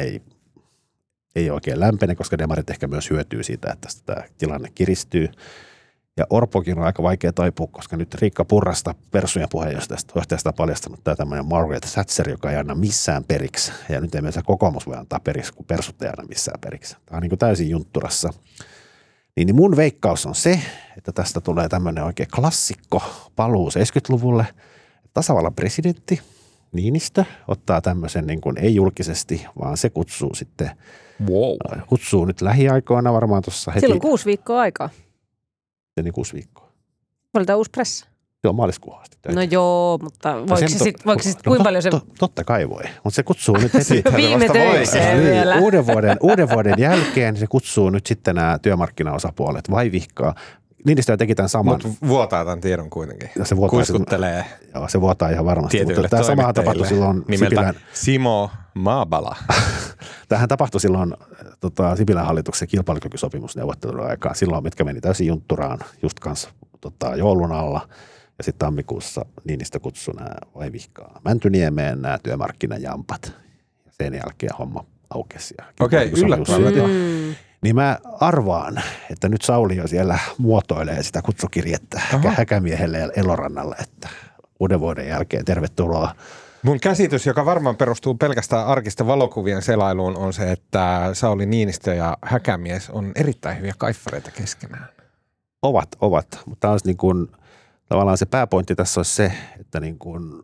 Speaker 3: ei oikein lämpene, koska demarit ehkä myös hyötyy siitä, että tämä tilanne kiristyy. Ja Orpokin on aika vaikea taipua, koska nyt Riikka Purrasta, Persujen puheenjohtajasta on paljastanut tämä tämmöinen Margaret Thatcher, joka ei anna missään periksi. Ja nyt ei myös kokoomus voi antaa periksi, kun Persut ei anna missään periksi. Tämä on niin kuin täysin juntturassa. Niin mun veikkaus on se, että tästä tulee tämmöinen oikein klassikko paluu 70-luvulle. Tasavallan presidentti Niinistö ottaa tämmöisen niin kuin ei julkisesti, vaan se kutsuu sitten, kutsuu nyt lähiaikoina varmaan tuossa heti.
Speaker 2: Silloin 6 viikkoa aikaa.
Speaker 3: Niin 6 viikkoa.
Speaker 2: Valitaan uusi pressa.
Speaker 3: Joo, maaliskuun asti.
Speaker 2: No joo, mutta voiko se sitten kuinka paljon se...
Speaker 3: Totta kai voi, mutta se kutsuu nyt heti.
Speaker 2: Viime töikseen vielä.
Speaker 3: Uuden vuoden jälkeen se kutsuu nyt sitten nämä työmarkkinaosapuolet vaivihkaa. Niinistö teki tämän saman.
Speaker 1: Mutta vuotaa tämän tiedon kuitenkin.
Speaker 3: Se vuotaa,
Speaker 1: kuiskuttelee.
Speaker 3: Joo, se vuotaa ihan varmasti.
Speaker 1: Tietyille
Speaker 3: mutta tämä samahan tapahtui silloin
Speaker 1: nimeltä Simo Maabala.
Speaker 3: Tämähän tapahtui silloin Sipilän hallituksen kilpailukykysopimusneuvottelun aikaan. Silloin, mitkä meni täysin juntturaan just kanssa joulun alla. Ja sitten tammikuussa Niinistö kutsui nämä vaivihkaa Mäntyniemeen nämä työmarkkinajampat. Ja sen jälkeen homma aukesi.
Speaker 1: Okei, yllättävää.
Speaker 3: Niin mä arvaan, että nyt Sauli jo siellä muotoilee sitä kutsukirjettä Häkämiehelle ja Elorannalle, että uuden vuoden jälkeen tervetuloa.
Speaker 1: Mun käsitys, joka varmaan perustuu pelkästään arkisten valokuvien selailuun, on se, että Sauli Niinistö ja Häkämies on erittäin hyviä kaiffareita keskenään.
Speaker 3: Ovat, mutta olisi niin kuin, tavallaan se pääpointti tässä olisi se, että niin kuin,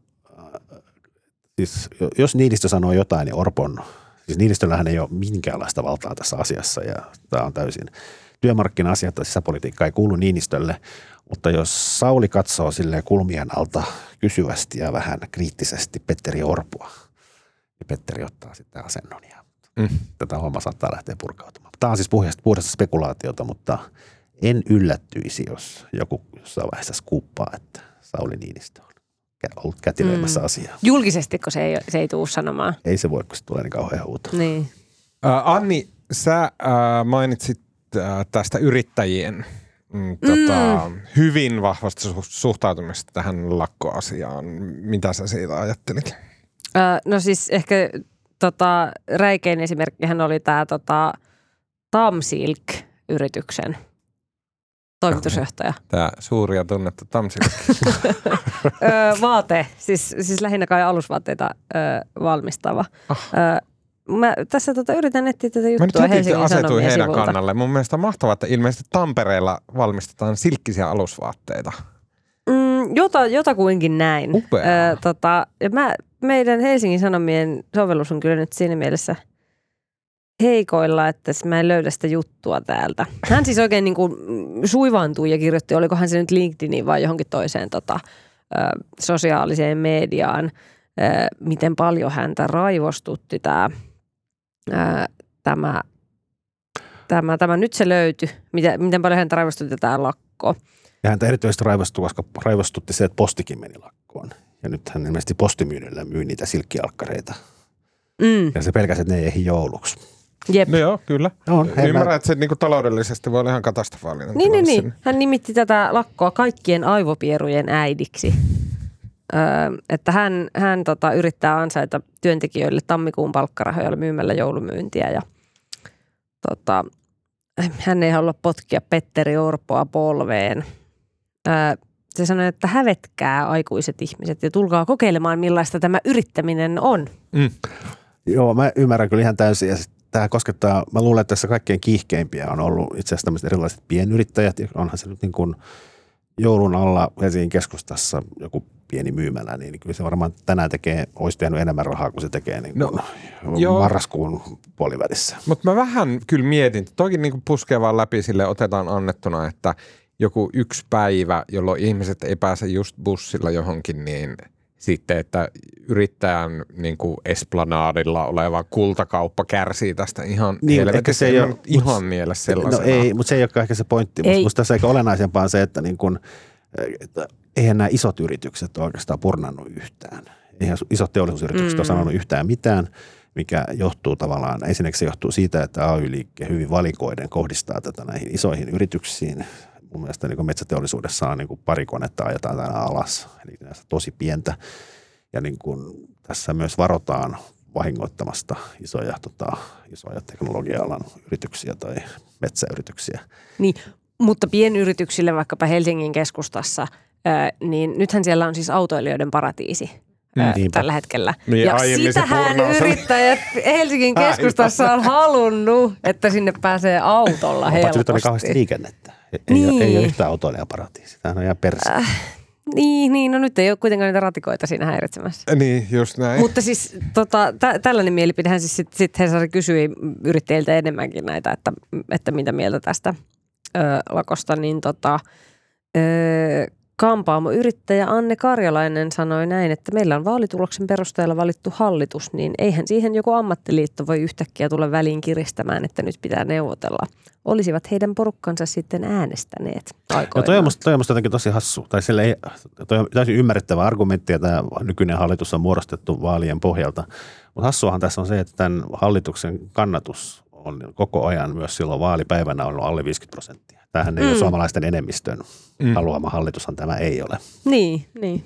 Speaker 3: siis jos Niinistö sanoo jotain, niin siis Niinistöllähän ei ole minkäänlaista valtaa tässä asiassa ja tämä on täysin työmarkkina-asiat tai sisäpolitiikka ei kuulu Niinistölle, mutta jos Sauli katsoo silleen kulmien alta kysyvästi ja vähän kriittisesti Petteri Orpoa, niin Petteri ottaa sitten asennon ja tätä homma saattaa lähteä purkautumaan. Tämä on siis puhdasta spekulaatiota, mutta en yllättyisi, jos joku jossain vaiheessa skuuppaa, että Sauli Niinistö on ollut kätilöimässä asiaa.
Speaker 2: Julkisesti, kun se ei tule sanomaan.
Speaker 3: Ei se voi, kun se tulee niin kauhean huuto.
Speaker 2: Niin.
Speaker 1: Anni, sä mainitsit tästä yrittäjien hyvin vahvasta suhtautumista tähän lakkoasiaan. Mitä sä siitä ajattelit?
Speaker 2: No siis ehkä räikein esimerkkihän oli tämä Tamsilk-yrityksen toimitusjohtaja. Tämä
Speaker 1: suuri ja tunnettu Tamsilk.
Speaker 2: Vaate, siis lähinnä kai alusvaatteita valmistava. Mä tässä yritän etsiä tätä juttua Helsingin Sanomien
Speaker 1: heidän
Speaker 2: sivulta.
Speaker 1: kannalle. Mun mielestä on mahtavaa, että ilmeisesti Tampereella valmistetaan silkkisiä alusvaatteita.
Speaker 2: Jotakuinkin näin.
Speaker 1: Upeaa.
Speaker 2: Meidän Helsingin Sanomien sovellus on kyllä nyt siinä mielessä heikoilla, että mä en löydä sitä juttua täältä. Hän siis oikein niin kuin suivaantui ja kirjoitti, olikohan se nyt LinkedIniin vai johonkin toiseen sosiaaliseen mediaan, miten paljon häntä raivostutti tämä nyt se löytyi, miten paljon häntä raivostutti tämä lakko.
Speaker 3: Ja häntä erityisesti raivostutti se, että Postikin meni lakkoon. Ja nyt hän ilmeisesti Postimyynnillä myy niitä silkkialkkareita. Ja se pelkäsi, että ne ei ehdi jouluksi.
Speaker 2: Jep.
Speaker 1: No joo, kyllä.
Speaker 3: On,
Speaker 1: ymmärrän, että se niinku taloudellisesti voi olla ihan katastrofaalinen.
Speaker 2: Niin. Hän nimitti tätä lakkoa kaikkien aivopierujen äidiksi. Että hän yrittää ansaita työntekijöille tammikuun palkkarahoja myymällä joulumyyntiä ja hän ei halua potkia Petteri Orpoa polveen. Se sanoi, että hävetkää aikuiset ihmiset ja tulkaa kokeilemaan, millaista tämä yrittäminen on.
Speaker 3: Joo, mä ymmärrän kyllä ihan täysin. Ja tämä koskettaa, mä luulen, että tässä kaikkein kiihkeimpiä on ollut itse asiassa tämmöiset erilaiset pienyrittäjät. Onhan se nyt niin kuin joulun alla Helsingin keskustassa joku pieni myymälä, niin kyllä se varmaan tänään olisi tehnyt enemmän rahaa kuin se tekee niin kuin marraskuun puolivälissä. Mutta
Speaker 1: mä vähän kyllä mietin, että toki niin kuin puskee vaan läpi sille otetaan annettuna, että joku yksi päivä, jolloin ihmiset ei pääse just bussilla johonkin, niin sitten, että yrittäjän niin kuin esplanadilla oleva kultakauppa kärsii tästä ihan helvetissä. Se ei ole ihan mielessä sellaisena.
Speaker 3: No ei, mutta se ei olekaan ehkä se pointti. Musta tässä eikä olennaisempaa on se, että niin kuin, eihän nämä isot yritykset ole oikeastaan purnannut yhtään. Eihän isot teollisuusyritykset ole sanonut yhtään mitään, mikä johtuu tavallaan, ensinnäkin se johtuu siitä, että AY-liikke hyvin valikoiden kohdistaa tätä näihin isoihin yrityksiin. Mun mielestä niin metsäteollisuudessa on niin pari konetta ajetaan tänään alas, eli tosi pientä. Ja niin kuin tässä myös varotaan vahingoittamasta isoja teknologia-alan yrityksiä tai metsäyrityksiä.
Speaker 2: Niin, mutta pienyrityksille vaikkapa Helsingin keskustassa, niin nythän siellä on siis autoilijoiden paratiisi. Tällä hetkellä.
Speaker 1: Niin,
Speaker 2: ja sitähän yrittäjät Helsingin keskustassa on halunnut, että sinne pääsee autolla helposti.
Speaker 3: Nyt oli kauheasti liikennettä. Ei ole yhtään autoilijaparatiisi. Tämä on ihan perse.
Speaker 2: Niin, no nyt ei ole kuitenkaan niitä ratikoita siinä häiritsemässä.
Speaker 1: Niin, just näin.
Speaker 2: Mutta siis tällainen mielipidehän siis sit Hesari kysyi yrittäjiltä enemmänkin näitä, että mitä mieltä tästä lakosta, niin kampaamoyrittäjä Anne Karjalainen sanoi näin, että meillä on vaalituloksen perusteella valittu hallitus, niin eihän siihen joku ammattiliitto voi yhtäkkiä tulla väliin kiristämään, että nyt pitää neuvotella. Olisivat heidän porukkansa sitten äänestäneet aikoinaan.
Speaker 3: Toi on musta jotenkin tosi hassu. Tai toi on täysin ymmärrettävä argumentti, ja tämä nykyinen hallitus on muodostettu vaalien pohjalta. Mutta hassuahan tässä on se, että tämän hallituksen kannatus on koko ajan myös silloin vaalipäivänä ollut alle 50%. Tämähän ei ole suomalaisten enemmistön haluama hallitushan tämä ei ole.
Speaker 2: Niin.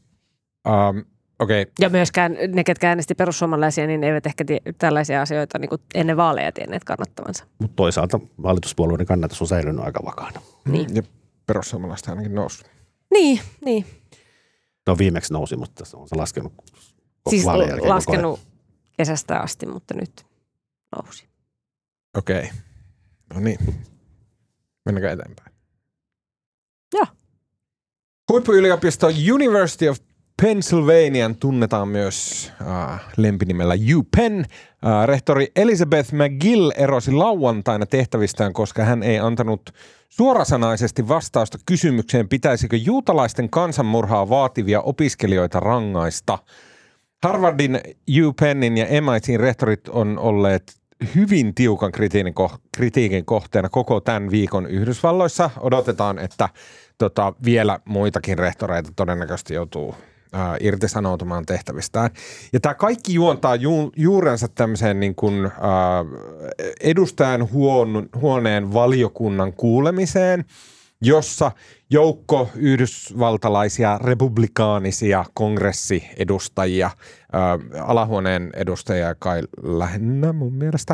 Speaker 1: Okay.
Speaker 2: Ja myöskään ne, ketkä äänesti perussuomalaisia, niin eivät ehkä tällaisia asioita niin kuin ennen vaaleja tienneet kannattavansa.
Speaker 3: Mutta toisaalta hallituspuolueiden kannatus on säilynyt aika vakaana.
Speaker 2: Niin.
Speaker 1: Ja perussuomalaista ainakin nousi.
Speaker 2: Niin.
Speaker 3: No viimeksi nousi, mutta se on laskenut
Speaker 2: siis laskenut kesästä asti, mutta nyt nousi.
Speaker 1: Okei. No niin. Mennäänkö eteenpäin?
Speaker 2: Joo.
Speaker 1: Huippuyliopisto University of Pennsylvanian tunnetaan myös lempinimellä UPenn. Rehtori Elizabeth McGill erosi lauantaina tehtävistään, koska hän ei antanut suorasanaisesti vastausta kysymykseen, pitäisikö juutalaisten kansanmurhaa vaativia opiskelijoita rangaista. Harvardin, UPennin ja MIT:n rehtorit on olleet hyvin tiukan kritiikin kohteena koko tämän viikon Yhdysvalloissa. Odotetaan, että vielä muitakin rehtoreita todennäköisesti joutuu irtisanoutumaan tehtävistään. Ja tämä kaikki juontaa juurensa tämmöiseen niin kuin, edustajan huoneen valiokunnan kuulemiseen, jossa joukko yhdysvaltalaisia republikaanisia kongressiedustajia, alahuoneen edustajia kai lähinnä mun mielestä,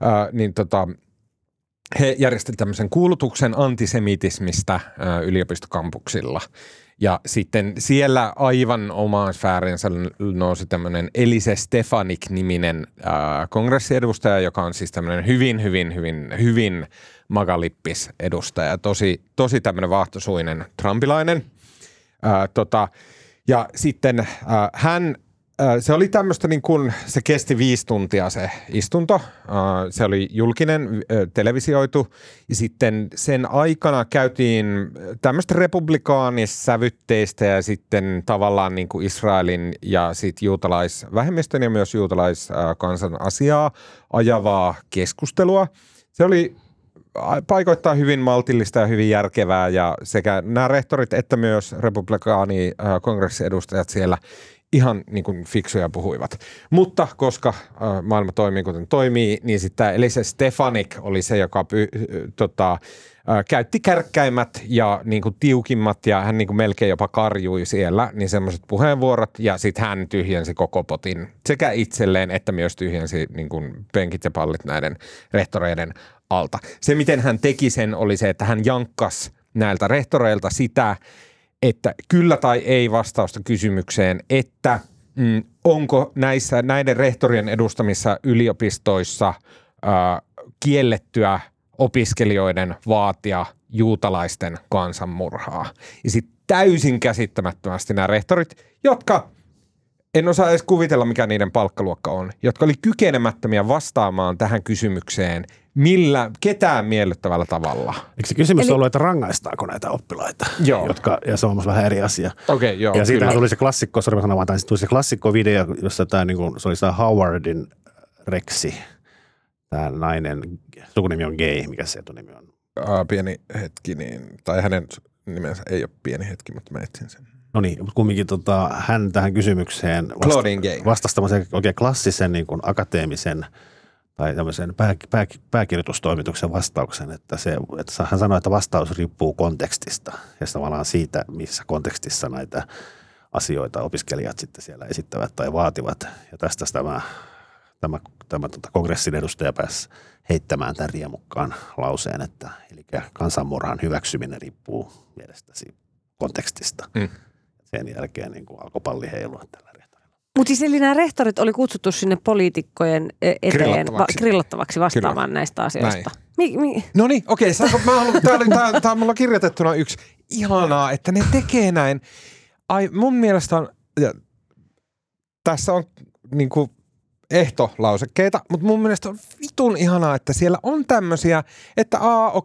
Speaker 1: he järjestivät tämmöisen kuulutuksen antisemitismistä yliopistokampuksilla. Ja sitten siellä aivan omaan sfäärinsä nousi tämmöinen Elise Stefanik-niminen kongressiedustaja, joka on siis tämmöinen hyvin magalippis edustaja. Tosi tämmöinen vaahtosuinen trumpilainen. Ja sitten hän Se oli tämmöistä, niin kuin, se kesti 5 tuntia se istunto. Se oli julkinen, televisioitu. Ja sitten sen aikana käytiin tämmöistä republikaanissävytteistä ja sitten tavallaan niin kuin Israelin ja sitten juutalaisvähemmistön ja myös juutalaiskansan asiaa ajavaa keskustelua. Se oli paikoittain hyvin maltillista ja hyvin järkevää ja sekä nämä rehtorit että myös republikaani-kongressiedustajat siellä ihan niin kuin fiksuja puhuivat. Mutta koska maailma toimii kuten toimii, niin sitten Elise Stefanik oli se, joka käytti kärkkäimmät ja niin kuin tiukimmat ja hän niin kuin melkein jopa karjui siellä, niin semmoiset puheenvuorot ja sitten hän tyhjensi koko potin sekä itselleen että myös tyhjensi niin kuin penkit ja pallit näiden rehtoreiden alta. Se, miten hän teki sen, oli se, että hän jankkasi näiltä rehtoreilta sitä, että kyllä tai ei vastausta kysymykseen, että onko näiden rehtorien edustamissa yliopistoissa kiellettyä opiskelijoiden vaatia juutalaisten kansanmurhaa. Ja sitten täysin käsittämättömästi nämä rehtorit, jotka, en osaa edes kuvitella mikä niiden palkkaluokka on, jotka oli kykenemättömiä vastaamaan tähän kysymykseen ketään miellyttävällä tavalla.
Speaker 3: Eikö se kysymys ollut, että rangaistaako näitä oppilaita?
Speaker 1: Joo.
Speaker 3: Ja se on myös vähän eri asia.
Speaker 1: Okei, joo.
Speaker 3: Ja siitä tuli se klassikko, tuli se klassikko-video, jossa tämä, niin kuin, se oli se Howardin Rexi, tämä nainen, sukunimi on Gay, mikä se etunimi on?
Speaker 1: Pieni hetki, tai hänen nimensä ei ole pieni hetki, mutta mä etsin sen.
Speaker 3: No niin, mutta kumminkin hän tähän kysymykseen vastasi tämmöisen oikein klassisen niin kuin akateemisen tai tämmöisen pääkirjoitustoimituksen vastauksen, että hän sanoi, että vastaus riippuu kontekstista ja tavallaan siitä, missä kontekstissa näitä asioita opiskelijat sitten siellä esittävät tai vaativat. Ja tästä tämä kongressin edustaja pääsi heittämään tämän riemukkaan lauseen, että eli kansanmurhan hyväksyminen riippuu mielestäsi kontekstista. Sen jälkeen niin kuin alkoi palli heilua tällä rehtorilla.
Speaker 2: Mutta siis eli nämä rehtorit oli kutsuttu sinne poliitikkojen eteen grillattavaksi vastaamaan näistä asioista.
Speaker 1: No niin, okei. Tämä on mulla kirjoitettuna yksi. Ihanaa, että ne tekee näin. Mun mielestä on, tässä on niinku ehtolausekkeita, mutta mun mielestä on vitun ihanaa, että siellä on tämmöisiä, että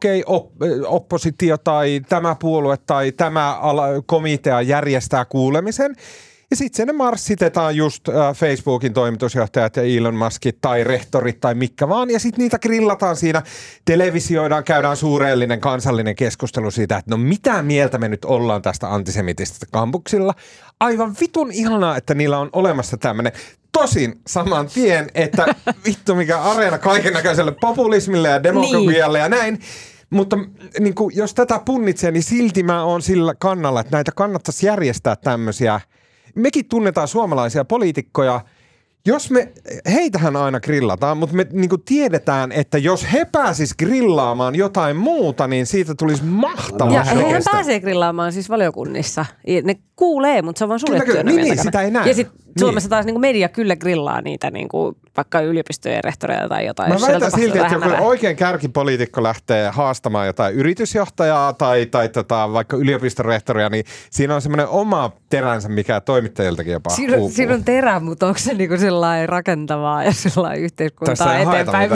Speaker 1: oppositio tai tämä puolue tai tämä komitea järjestää kuulemisen. Ja sitten sinne marssitetaan just Facebookin toimitusjohtajat ja Elon Muskit tai rehtorit tai mikä vaan. Ja sitten niitä grillataan siinä, televisioidaan, käydään suurellinen kansallinen keskustelu siitä, että no mitä mieltä me nyt ollaan tästä antisemitisistä kampuksilla. Aivan vitun ihanaa, että niillä on olemassa tämmöinen. Tosin saman tien, että vittu mikä areena kaikennäköiselle populismille ja demagogialle ja näin. Mutta niin kuin, jos tätä punnitsee, niin silti mä oon sillä kannalla, että näitä kannattaisi järjestää tämmöisiä. Mekin tunnetaan suomalaisia poliitikkoja. Jos heitähän aina grillataan, mutta me niin kuin tiedetään, että jos he pääsis grillaamaan jotain muuta, niin siitä tulisi mahtavaa.
Speaker 2: Ja hehän pääsee grillaamaan siis valiokunnissa. Ne kuulee, mutta se on vaan suljettuja.
Speaker 1: Niin, sitä ei näe.
Speaker 2: Ja sitten Suomessa taas niin kuin media kyllä grillaa niitä niin kuin vaikka yliopistojen rehtoreita tai jotain.
Speaker 1: Mä väitän silti, että joku oikein kärkipoliitikko lähtee haastamaan jotain yritysjohtajaa tai vaikka yliopiston rehtoria, niin siinä on semmoinen oma teränsä, mikä toimittajiltakin jopa uupuu.
Speaker 2: Siinä on terä, mutta onko se niin kuin sellainen rakentavaa ja sellainen yhteiskuntaa eteenpäin?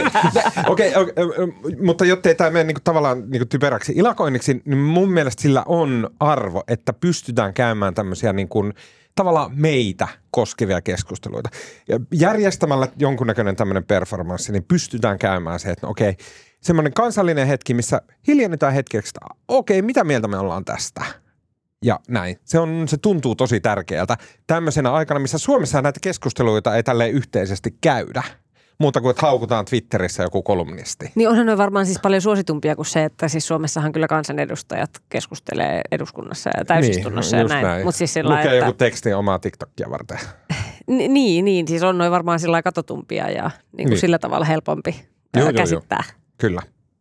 Speaker 1: Okei, mutta jottei tämä mene niinku tavallaan niinku typeräksi ilakoinniksi, niin mun mielestä sillä on arvo, että pystytään käymään tämmöisiä niin kuin tavallaan meitä koskevia keskusteluita. Ja järjestämällä jonkunnäköinen tämmöinen performanssi, niin pystytään käymään se, että okei, semmoinen kansallinen hetki, missä hiljennytään hetkeksi, että okei, mitä mieltä me ollaan tästä? Ja näin. Se tuntuu tosi tärkeältä tämmöisenä aikana, missä Suomessa näitä keskusteluita ei tälleen yhteisesti käydä. Muuta kuin, että haukutaan Twitterissä joku kolumnisti.
Speaker 2: Niin onhan ne varmaan siis paljon suositumpia kuin se, että siis Suomessahan kyllä kansanedustajat keskustelee eduskunnassa ja täysistunnossa
Speaker 1: niin,
Speaker 2: ja näin.
Speaker 1: Mut siis lukee että joku teksti omaa TikTokia varten.
Speaker 2: Niin, siis on noin varmaan sillä lailla katsotumpia ja niin. Sillä tavalla helpompi käsittää.
Speaker 1: Kyllä.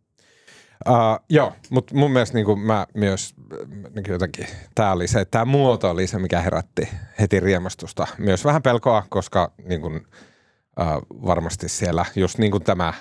Speaker 1: Joo, mutta mun mielestä niin mä myös niin jotenkin, tämä muoto oli se, mikä herätti heti riemastusta. Myös vähän pelkoa, koska niin kuin, varmasti siellä just niin kuin tämä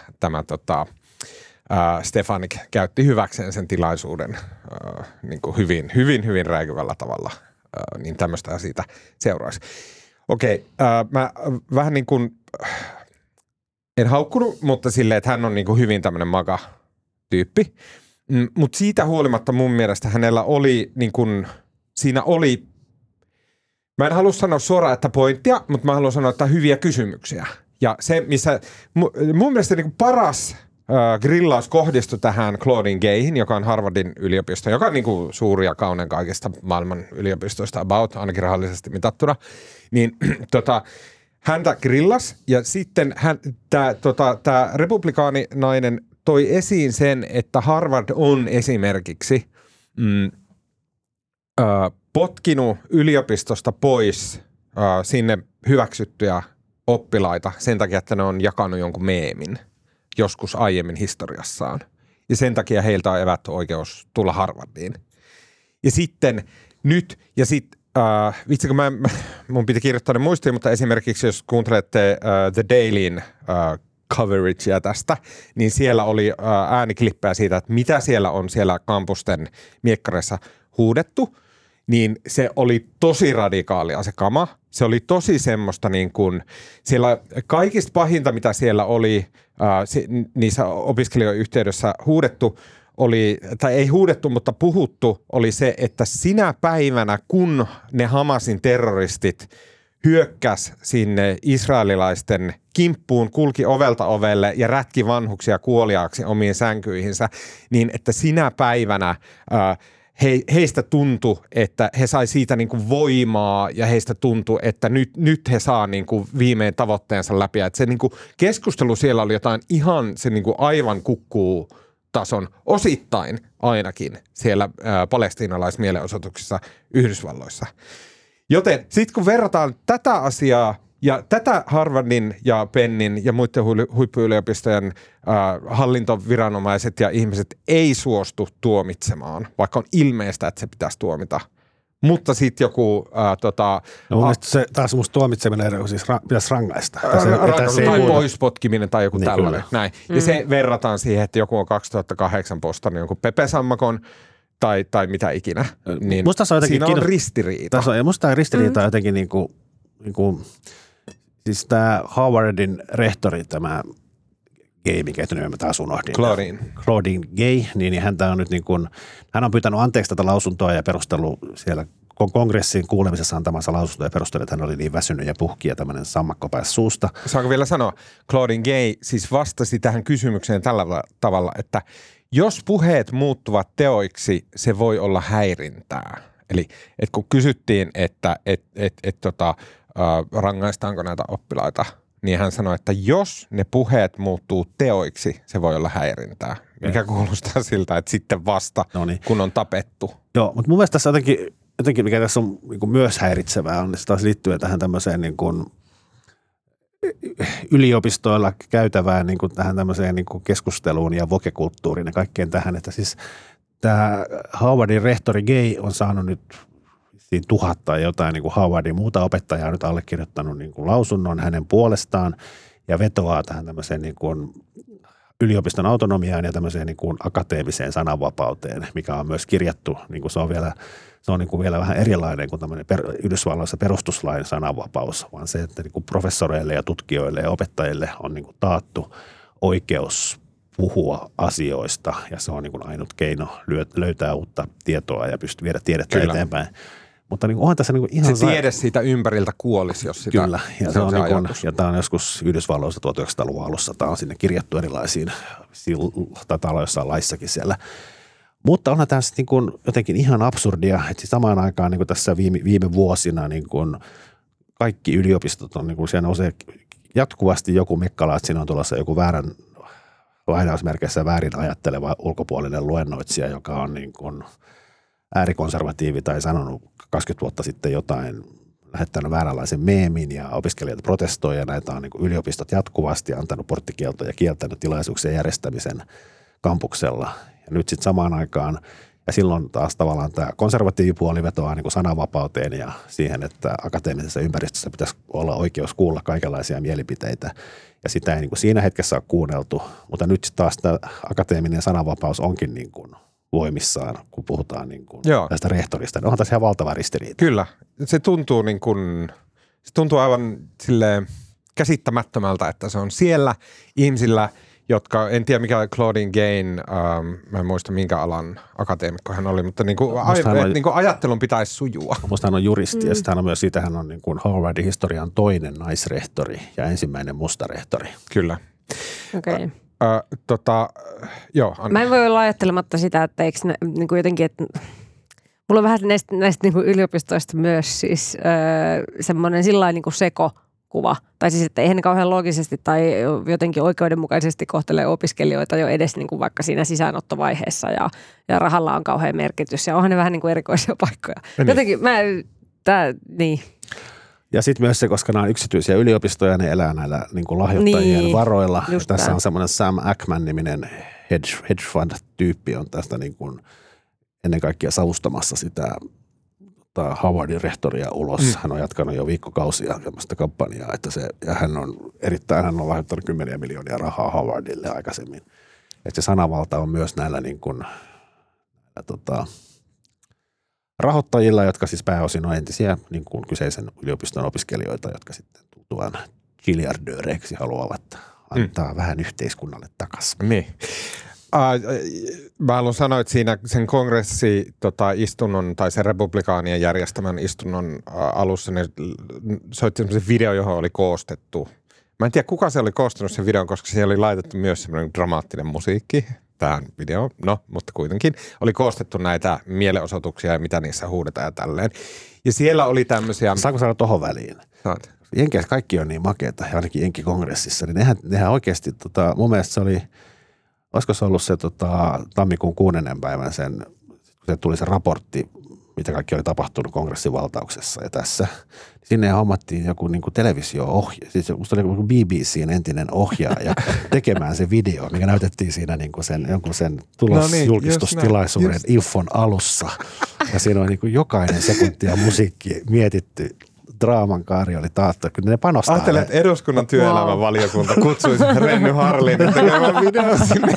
Speaker 1: Stefanik käytti hyväkseen sen tilaisuuden niin kuin hyvin räikyvällä tavalla, niin tämmöistä siitä seuraisi. Okei, mä vähän niin kuin, en haukkunut, mutta silleen, että hän on niin kuin hyvin tämmöinen maga-tyyppi. Mutta siitä huolimatta mun mielestä hänellä oli niin kuin, siinä oli, mä en halua sanoa suoraan, että pointtia, mutta mä haluan sanoa, että hyviä kysymyksiä. Ja se, missä mun mielestä niin kuin paras grillaus kohdistui tähän Claudine Gayhin, joka on Harvardin yliopisto, joka on niin kuin suuri ja kaunein kaikista maailman yliopistoista about, ainakin rahallisesti mitattuna. Niin häntä grillas ja sitten tämä republikaaninainen toi esiin sen, että Harvard on esimerkiksi potkinut yliopistosta pois sinne hyväksyttyjä oppilaita sen takia, että ne on jakanut jonkun meemin joskus aiemmin historiassaan. Ja sen takia heiltä on evätty oikeus tulla Harvardiin. Ja sitten nyt, ja sitten vitsi kun mun piti kirjoittaa ne muistiin, mutta esimerkiksi jos kuuntelette The Dailyn coveragea tästä, niin siellä oli ääniklippejä siitä, että mitä siellä on siellä kampusten miekkareissa huudettu, niin se oli tosi radikaalia se kama. Se oli tosi semmoista niin kuin, siellä kaikista pahinta, mitä siellä oli niissä opiskelijoiden yhteydessä huudettu, oli, tai ei huudettu, mutta puhuttu, oli se, että sinä päivänä, kun ne Hamasin terroristit hyökkäs sinne israelilaisten kimppuun, kulki ovelta ovelle ja rätki vanhuksia kuoliaaksi omiin sänkyihinsä, niin että sinä päivänä heistä tuntui, että he sai siitä niin kuin voimaa ja heistä tuntui, että nyt he saa niin kuin viimein tavoitteensa läpi. Että se niin kuin keskustelu siellä oli jotain ihan se niin kuin aivan kukkuu tason osittain ainakin siellä palestiinalaismielenosoituksissa Yhdysvalloissa. Joten sitten kun verrataan tätä asiaa ja tätä Harvardin ja Pennin ja muiden huippuyliopistojen hallintoviranomaiset ja ihmiset ei suostu tuomitsemaan, vaikka on ilmeistä, että se pitäisi tuomita. Mutta sitten joku
Speaker 3: no mun mielestä se taas musta tuomitseminen siis pitäisi rangaista.
Speaker 1: Tai poispotkiminen tai joku niin, tällainen. Näin. Ja se verrataan siihen, että joku on 2008 postannut jonkun Pepe Sammakon tai mitä ikinä. Niin siinä on ristiriita.
Speaker 3: Ja musta tämä ristiriita on jotenkin niinku, siis tämä Howardin rehtori, tämä Gay, mikä mä taas unohdin. Claudine Gay, niin häntä on nyt niin kuin, hän on pyytänyt anteeksi tätä lausuntoa ja perustellut siellä kongressin kuulemisessa antamansa lausuntoa ja perustellut, että hän oli niin väsynyt ja puhki ja tämmöinen sammakko pääsi suusta.
Speaker 1: Saanko vielä sanoa, Claudine Gay siis vastasi tähän kysymykseen tällä tavalla, että jos puheet muuttuvat teoiksi, se voi olla häirintää. Eli että kun kysyttiin, että rangaistaanko näitä oppilaita, niin hän sanoi, että jos ne puheet muuttuu teoiksi, se voi olla häirintää. Mikä kuulostaa siltä, että sitten vasta, kun on tapettu.
Speaker 3: Joo, mutta mun mielestä tässä jotenkin mikä tässä on niin kuin myös häiritsevää, on se taas liittyen tähän tämmöiseen niin kuin yliopistoilla käytävään niin kuin tähän tämmöiseen niin kuin keskusteluun ja vokekulttuuriin ja kaikkeen tähän, että siis tämä Howardin rehtori Gay on saanut nyt 1000 tai jotain niin kuin Howardin muuta opettajaa on nyt allekirjoittanut niin kuin lausunnon hänen puolestaan ja vetoaa tähän tämmöiseen niin kuin yliopiston autonomiaan ja tämmöiseen niin kuin akateemiseen sananvapauteen, mikä on myös kirjattu, niin kuin se on niin kuin vielä vähän erilainen kuin tämmöinen Yhdysvalloissa perustuslain sananvapaus, vaan se, että niin kuin professoreille ja tutkijoille ja opettajille on niin kuin taattu oikeus puhua asioista ja se on niin kuin ainut keino löytää uutta tietoa ja viedä tiedettä eteenpäin. Mutta niin onhan tässä niin ihan
Speaker 1: se tiede siitä ympäriltä kuolisi, jos sitä
Speaker 3: kyllä, ja se on niin ja tämä on joskus Yhdysvalloissa 1900-luvun alussa, tämä on sinne kirjattu erilaisiin, taitaa olla jossain laissakin siellä. Mutta onhan tässä niin kuin jotenkin ihan absurdia, että samaan aikaan niin kuin tässä viime vuosina niin kuin kaikki yliopistot on, niin kuin siellä nousee jatkuvasti joku mekkala, että siinä on tulossa joku väärän lainausmerkeissä väärin ajatteleva ulkopuolinen luennoitsija, joka on niin kuin äärikonservatiivi tai sanonut 20 vuotta sitten jotain, lähettänyt vääränlaisen meemin ja opiskelijat protestoi ja näitä on niin kuin yliopistot jatkuvasti antanut porttikieltoja ja kieltänyt tilaisuuksien järjestämisen kampuksella. Ja nyt sitten samaan aikaan, ja silloin taas tavallaan tämä konservatiivipuoli vetoaa niin kuin sananvapauteen ja siihen, että akateemisessa ympäristössä pitäisi olla oikeus kuulla kaikenlaisia mielipiteitä. Ja sitä ei niin kuin siinä hetkessä ole kuunneltu, mutta nyt taas tämä akateeminen sananvapaus onkin niin kuin voimissaan, kun puhutaan niin kuin tästä rehtorista. Onhan tässä ihan valtava ristiriita.
Speaker 1: Kyllä. Se tuntuu niin kuin Se tuntuu aivan silleen käsittämättömältä, että se on siellä ihmisillä, jotka, en tiedä mikä Claudine Gain, mä en muista minkä alan akateemikko hän oli, mutta niin kuin ajattelun pitäisi sujua.
Speaker 3: Musta hän on juristi ja sitten hän on myös siitä, hän on niin kuin Harvardin historian toinen naisrehtori ja ensimmäinen musta rehtori.
Speaker 1: Kyllä.
Speaker 2: Okei.
Speaker 1: Joo, Anna.
Speaker 2: Mä en voi olla ajattelematta sitä, että eikö niin kuin jotenkin, että mulla on vähän näistä niin kuin yliopistoista myös siis semmoinen sillain niin kuin sekokuva. Tai siis, että eihän ne kauhean loogisesti tai jotenkin oikeudenmukaisesti kohtele opiskelijoita jo edes niin kuin vaikka siinä sisäänottovaiheessa ja rahalla on kauhean merkitys. Ja onhan ne vähän niin kuin erikoisia paikkoja.
Speaker 1: Niin.
Speaker 2: Jotenkin niin. Ja
Speaker 3: sitten myös se, koska nämä on yksityisiä yliopistoja, ne elää näillä niin kuin lahjoittajien varoilla. Tässä on semmoinen Sam Ackman-niminen hedge fund-tyyppi on tästä niin kuin ennen kaikkea savustamassa sitä Howardin rehtoria ulos. Hän on jatkanut jo viikkokausia tämmöistä kampanjaa, että hän on lahjoittanut 10 miljoonia rahaa Howardille aikaisemmin. Että se sanavalta on myös näillä niin kuin, rahoittajilla, jotka siis pääosin on entisiä niin kuin kyseisen yliopiston opiskelijoita, jotka sitten tultuaan giljardööreiksi haluavat antaa vähän yhteiskunnalle takaisin.
Speaker 1: Niin. Mä haluan sanoa, että siinä sen istunnon tai sen republikaanien järjestämän istunnon alussa ne soitti semmoisen video, johon oli koostettu. Mä en tiedä, kuka se oli koostanut sen videon, koska siellä oli laitettu myös semmoinen dramaattinen musiikki tähän videoon. No, mutta kuitenkin oli koostettu näitä mielenosoituksia ja mitä niissä huudetaan ja tälleen. Ja siellä oli tämmöisiä...
Speaker 3: Saanko sanoa tohon väliin?
Speaker 1: Saat.
Speaker 3: Jenkeissä kaikki on niin makeata, ja ainakin Jenkikongressissa, niin nehän oikeasti, mun mielestä se oli... Olisiko se ollut se tammikuun 6. päivän kun se tuli se raportti, mitä kaikki oli tapahtunut kongressin valtauksessa ja tässä. Sinne hommattiin joku niin kuin televisio-ohjaaja, siis musta oli joku BBC:n entinen ohjaaja tekemään se video, mikä näytettiin siinä niin kuin jonkun sen tulosjulkistustilaisuuden infon alussa. Ja siinä on niin kuin jokainen sekunti ja musiikki mietitty. Draaman kaari oli taattu. Kyllä ne panostaa.
Speaker 1: Ajattelen, että eduskunnan työelämävaliokunta kutsuisi Renny Harlinin tekemään videon sinne.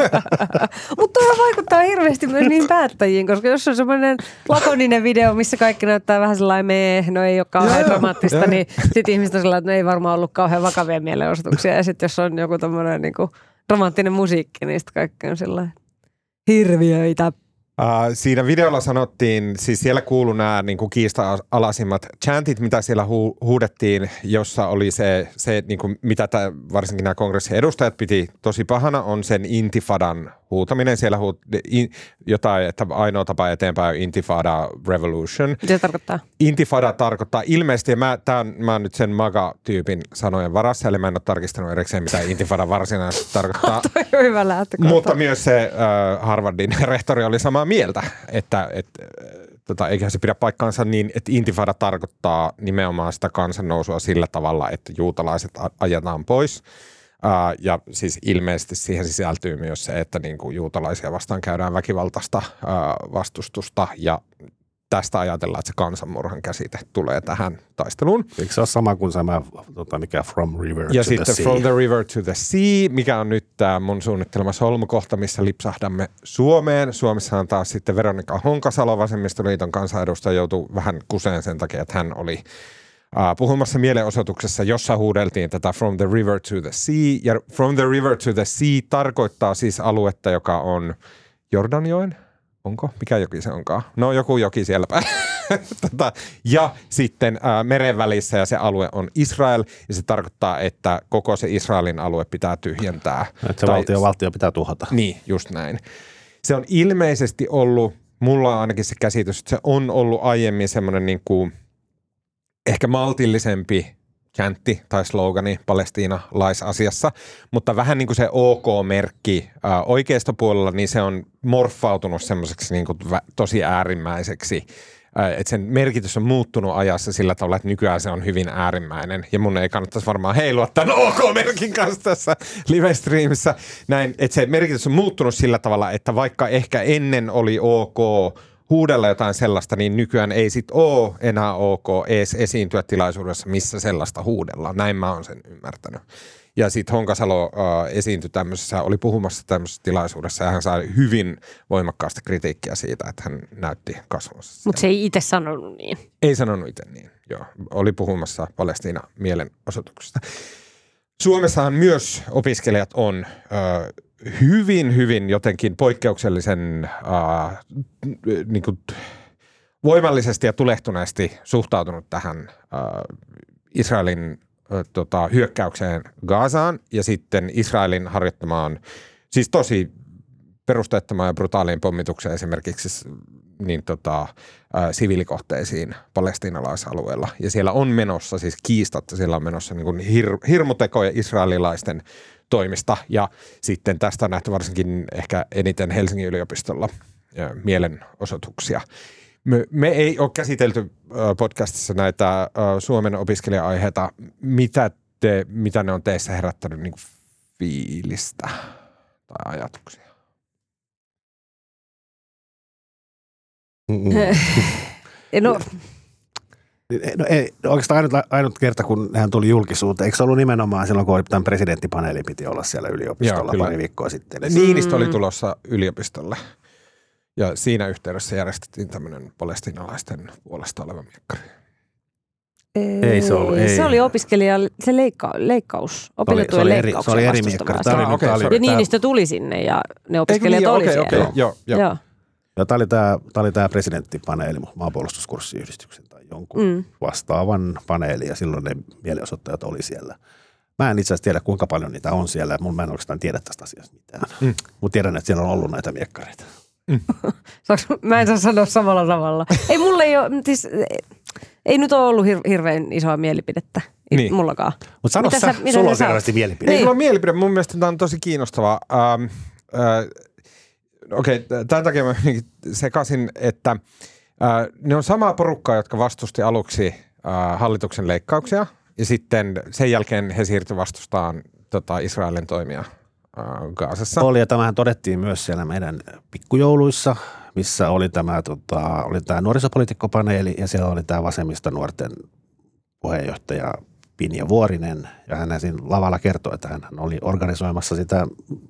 Speaker 2: Mutta tuolla vaikuttaa hirveästi myös niin päättäjiin, koska jos on semmoinen lakoninen video, missä kaikki näyttää vähän sellainen no ei ole kauhean dramaattista, niin sitten ihmiset on sellainen, että no ei varmaan ollut kauhean vakavia mielenosoituksia. Ja sitten jos on joku tämmöinen niin kuin dramaattinen musiikki, niin sitten kaikki on sellainen hirviöitä.
Speaker 1: Siinä videolla sanottiin, siis siellä kuului nämä niin kuin kiista-alaisimmat chantit, mitä siellä huudettiin, jossa oli se niin kuin, mitä varsinkin nämä kongressin edustajat piti tosi pahana, on sen intifadan huutaminen. Siellä jotain, että ainoa tapa eteenpäin on intifada revolution.
Speaker 2: Mitä se tarkoittaa?
Speaker 1: Intifada tarkoittaa ilmeisesti, ja mä oon nyt sen MAGA-tyypin sanojen varassa, eli mä en ole tarkistanut erikseen, mitä intifada varsinaisesti tarkoittaa.
Speaker 2: Toi on hyvä lähtökohta.
Speaker 1: Mutta myös se Harvardin rehtori oli samaa mieltä, että eiköhän se pidä paikkaansa niin, että intifada tarkoittaa nimenomaan sitä kansannousua sillä tavalla, että juutalaiset ajetaan pois. Ja siis ilmeisesti siihen sisältyy myös se, että niin kuin juutalaisia vastaan käydään väkivaltaista vastustusta ja tästä ajatellaan, että se kansanmurhan käsite tulee tähän taisteluun.
Speaker 3: Eikö se ole sama kuin mikä From River to
Speaker 1: ja
Speaker 3: the Sea?
Speaker 1: Ja sitten From the River to the Sea, mikä on nyt tämä mun suunnittelema solmukohta, missä lipsahdamme Suomeen. Suomessahan taas sitten Veronika Honkasalo, Vasemmistoliiton kansanedustaja, joutui vähän kuseen sen takia, että hän oli puhumassa mielenosoituksessa, jossa huudeltiin tätä From the River to the Sea. Ja From the River to the Sea tarkoittaa siis aluetta, joka on Jordanjoen. Onko? Mikä joki se onkaan? No joku joki siellä päin. Ja sitten meren välissä ja se alue on Israel. Ja se tarkoittaa, että koko se Israelin alue pitää tyhjentää.
Speaker 3: Että se valtio pitää tuhota.
Speaker 1: Niin, just näin. Se on ilmeisesti ollut, mulla on ainakin se käsitys, että se on ollut aiemmin semmoinen niin kuin ehkä maltillisempi chantti tai slogani palestiinalaisasiassa, mutta vähän niin kuin se OK-merkki oikeistopuolella, niin se on morfautunut semmoiseksi niin kuin tosi äärimmäiseksi. Että sen merkitys on muuttunut ajassa sillä tavalla, että nykyään se on hyvin äärimmäinen. Ja mun ei kannattaisi varmaan heilua tämän OK-merkin kanssa tässä live-streamissä. Näin, että se merkitys on muuttunut sillä tavalla, että vaikka ehkä ennen oli OK huudella jotain sellaista, niin nykyään ei sit ole enää OK edes esiintyä tilaisuudessa, missä sellaista huudellaan. Näin mä oon sen ymmärtänyt. Ja sitten Honkasalo esiintyi oli puhumassa tämmöisessä tilaisuudessa ja hän sai hyvin voimakkaasta kritiikkiä siitä, että hän näytti kasvonsa.
Speaker 2: Mutta se ei itse sanonut niin.
Speaker 1: Ei sanonut itse niin, joo. Oli puhumassa Palestiinan mielenosoituksesta. Suomessahan myös opiskelijat on hyvin jotenkin poikkeuksellisen niin kuin voimallisesti ja tulehtuneesti suhtautunut tähän Israelin hyökkäykseen Gazaan ja sitten Israelin harjoittamaan, siis tosi perusteettomaan ja brutaaliin pommitukseen esimerkiksi niin siviilikohteisiin palestiinalaisalueella. Ja siellä on menossa, siis kiistatta siellä on menossa niin kuin hirmutekoja israelilaisten toimista ja sitten tästä on nähty varsinkin ehkä eniten Helsingin yliopistolla mielenosoituksia. Me ei ole käsitelty podcastissa näitä Suomen opiskelija-aiheita. Mitä ne on teissä herättänyt niin kuin fiilistä tai ajatuksia?
Speaker 3: No ei, oikeastaan ainut kerta, kun hän tuli julkisuuteen. Eikö se ollut nimenomaan silloin, kun tämän presidenttipaneeli piti olla siellä yliopistolla pari viikkoa sitten?
Speaker 1: Niinistö oli tulossa yliopistolle. Ja siinä yhteydessä järjestettiin tämmöinen palestiinalaisten puolesta oleva miekkari.
Speaker 3: Ei se ollut.
Speaker 2: Se oli opiskelija, se leikkaus, opintotuen leikkauksen
Speaker 3: se oli eri miekkari.
Speaker 2: Ja Niinistö tuli sinne ja ne opiskelijat oli siellä.
Speaker 1: Joo.
Speaker 3: Ja tämä oli tämä presidenttipaneeli, maanpuolustuskurssiyhdistyksen tai jonkun vastaavan paneeli ja silloin ne mielenosoittajat oli siellä. Mä en itse asiassa tiedä, kuinka paljon niitä on siellä. Mä en oikeastaan tiedä tästä asiasta mitään. Mutta tiedän, että siellä on ollut näitä miekkareita.
Speaker 2: Mä en saa sanoa samalla tavalla. Ei mulle ei ole, siis ei nyt ole ollut hirveän isoa mielipidettä. Niin. Mullakaan.
Speaker 3: Mutta sano sulla on selvästi mielipide.
Speaker 1: Ei mulla on mielipide. Mun mielestä tämä on tosi kiinnostavaa. Okei, tämän takia mä sekasin, että ne on samaa porukkaa, jotka vastusti aluksi hallituksen leikkauksia ja sitten sen jälkeen he siirtyi vastustamaan Israelin toimia Gazassa.
Speaker 3: Oli, ja tämähän todettiin myös siellä meidän pikkujouluissa, missä oli tämä nuorisopoliitikkopaneeli ja siellä oli tämä vasemmista nuorten puheenjohtaja Pinja Vuorinen ja hän siinä lavalla kertoi, että hän oli organisoimassa sitä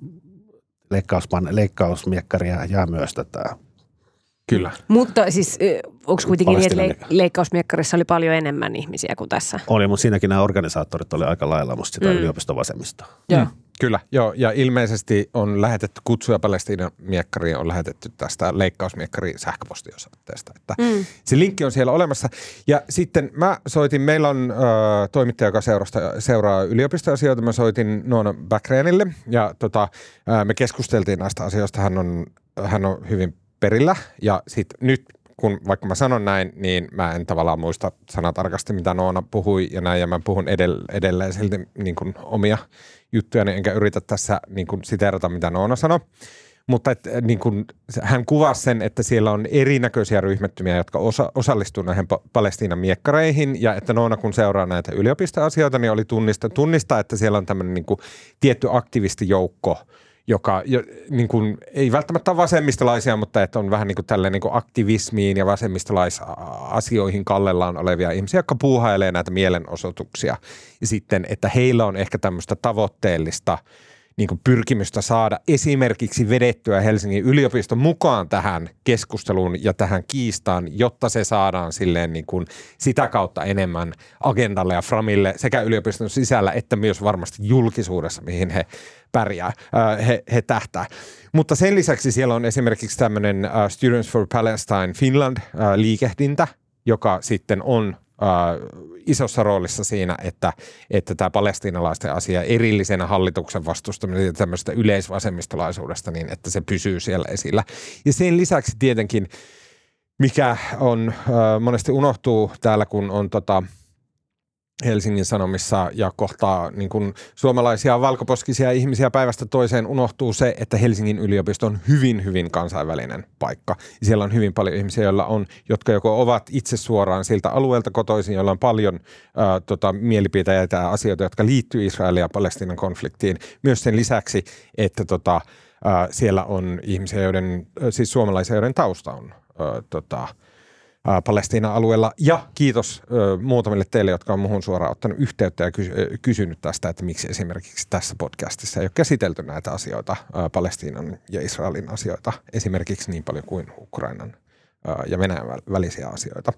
Speaker 3: leikkausmiekkaria ja myös tätä.
Speaker 1: Kyllä.
Speaker 2: Mutta siis onko kuitenkin niin, että leikkausmiekkarissa oli paljon enemmän ihmisiä kuin tässä?
Speaker 3: Oli, mutta siinäkin nämä organisaattorit oli aika lailla musta sitä yliopiston vasemmista.
Speaker 2: Joo.
Speaker 1: Kyllä, joo. Ja ilmeisesti on lähetetty kutsuja Palestiinan miekkariin, on lähetetty tästä leikkausmiekkariin sähköpostiosoitteesta. Että se linkki on siellä olemassa. Ja sitten mä soitin, meillä on toimittaja, joka seuraa yliopistoasioita. Mä soitin Noona Bäckgrenille ja me keskusteltiin näistä asioista. Hän on hyvin perillä ja sitten nyt kun vaikka mä sanon näin, niin mä en tavallaan muista sanatarkasti, mitä Noona puhui ja näin, ja mä puhun edelleen silti niin kuin omia juttuja, niin enkä yritä tässä niin kuin siteerata, mitä Noona sanoi. Mutta niin kuin, hän kuvasi sen, että siellä on erinäköisiä ryhmittymiä, jotka osallistuu näihin Palestiinan miekkareihin, ja että Noona kun seuraa näitä yliopistoasioita, niin oli tunnistaa, että siellä on tämmöinen niin kuin tietty aktivistijoukko, joka niin kuin, ei välttämättä ole vasemmistolaisia, mutta että on vähän niin kuin tälleen niin kuin aktivismiin ja vasemmistolaisasioihin kallellaan olevia ihmisiä, jotka puuhailee näitä mielenosoituksia. Ja sitten, että heillä on ehkä tämmöistä tavoitteellista niin kuin pyrkimystä saada esimerkiksi vedettyä Helsingin yliopiston mukaan tähän keskusteluun ja tähän kiistaan, jotta se saadaan silleen niin kuin sitä kautta enemmän agendalle ja framille sekä yliopiston sisällä että myös varmasti julkisuudessa, mihin he pärjää, he tähtää. Mutta sen lisäksi siellä on esimerkiksi tämmöinen Students for Palestine Finland liikehdintä, joka sitten on isossa roolissa siinä, että tämä palestiinalaisten asia erillisenä hallituksen vastustaminen ja tämmöistä yleisvasemmistolaisuudesta, niin että se pysyy siellä esillä. Ja sen lisäksi tietenkin, mikä on monesti unohtuu täällä, kun on Helsingin Sanomissa ja kohtaa niin kuin suomalaisia valkoposkisia ihmisiä päivästä toiseen unohtuu se, että Helsingin yliopisto on hyvin, hyvin kansainvälinen paikka. Ja siellä on hyvin paljon ihmisiä, jotka joko ovat itse suoraan siltä alueelta kotoisin, joilla on paljon mielipiteitä ja asioita, jotka liittyy Israelin ja Palestiinan konfliktiin. Myös sen lisäksi, että siellä on ihmisiä, siis suomalaisia, joiden tausta on Palestiina-alueella. Ja kiitos muutamille teille, jotka on muhun suoraan ottanut yhteyttä ja kysynyt tästä, että miksi esimerkiksi tässä podcastissa ei ole käsitelty näitä asioita, Palestiinan ja Israelin asioita, esimerkiksi niin paljon kuin Ukrainan ja Venäjän välisiä asioita.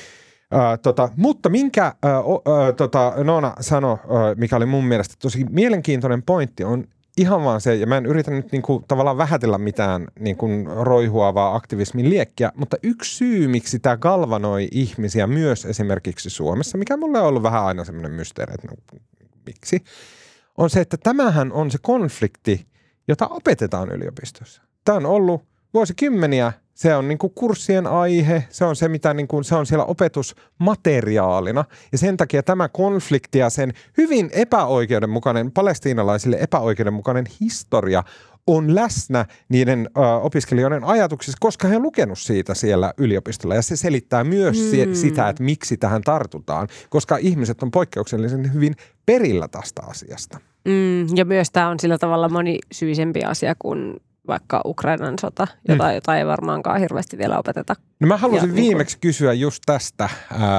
Speaker 1: Mutta minkä Noona sanoi, mikä oli mun mielestä tosi mielenkiintoinen pointti, on ihan vaan se, ja mä en yritä nyt niinku tavallaan vähätellä mitään niinku roihuavaa aktivismin liekkiä, mutta yksi syy, miksi tämä galvanoi ihmisiä myös esimerkiksi Suomessa, mikä mulle on ollut vähän aina semmoinen mysteeri, että no, miksi, on se, että tämähän on se konflikti, jota opetetaan yliopistossa. Tämä on ollut vuosikymmeniä. Se on niin kuin kurssien aihe, se on se, mitä niin kuin, se on siellä opetusmateriaalina. Ja sen takia tämä konflikti ja sen hyvin epäoikeudenmukainen, palestiinalaisille epäoikeudenmukainen historia on läsnä niiden opiskelijoiden ajatuksissa, koska he on lukenut siitä siellä yliopistolla. Ja se selittää myös sitä, että miksi tähän tartutaan, koska ihmiset on poikkeuksellisen hyvin perillä tästä asiasta.
Speaker 2: Ja myös tämä on sillä tavalla monisyisempi asia kuin vaikka Ukrainan sota, jota ei varmaankaan hirveästi vielä opeteta.
Speaker 1: No mä haluaisin viimeksi kysyä just tästä.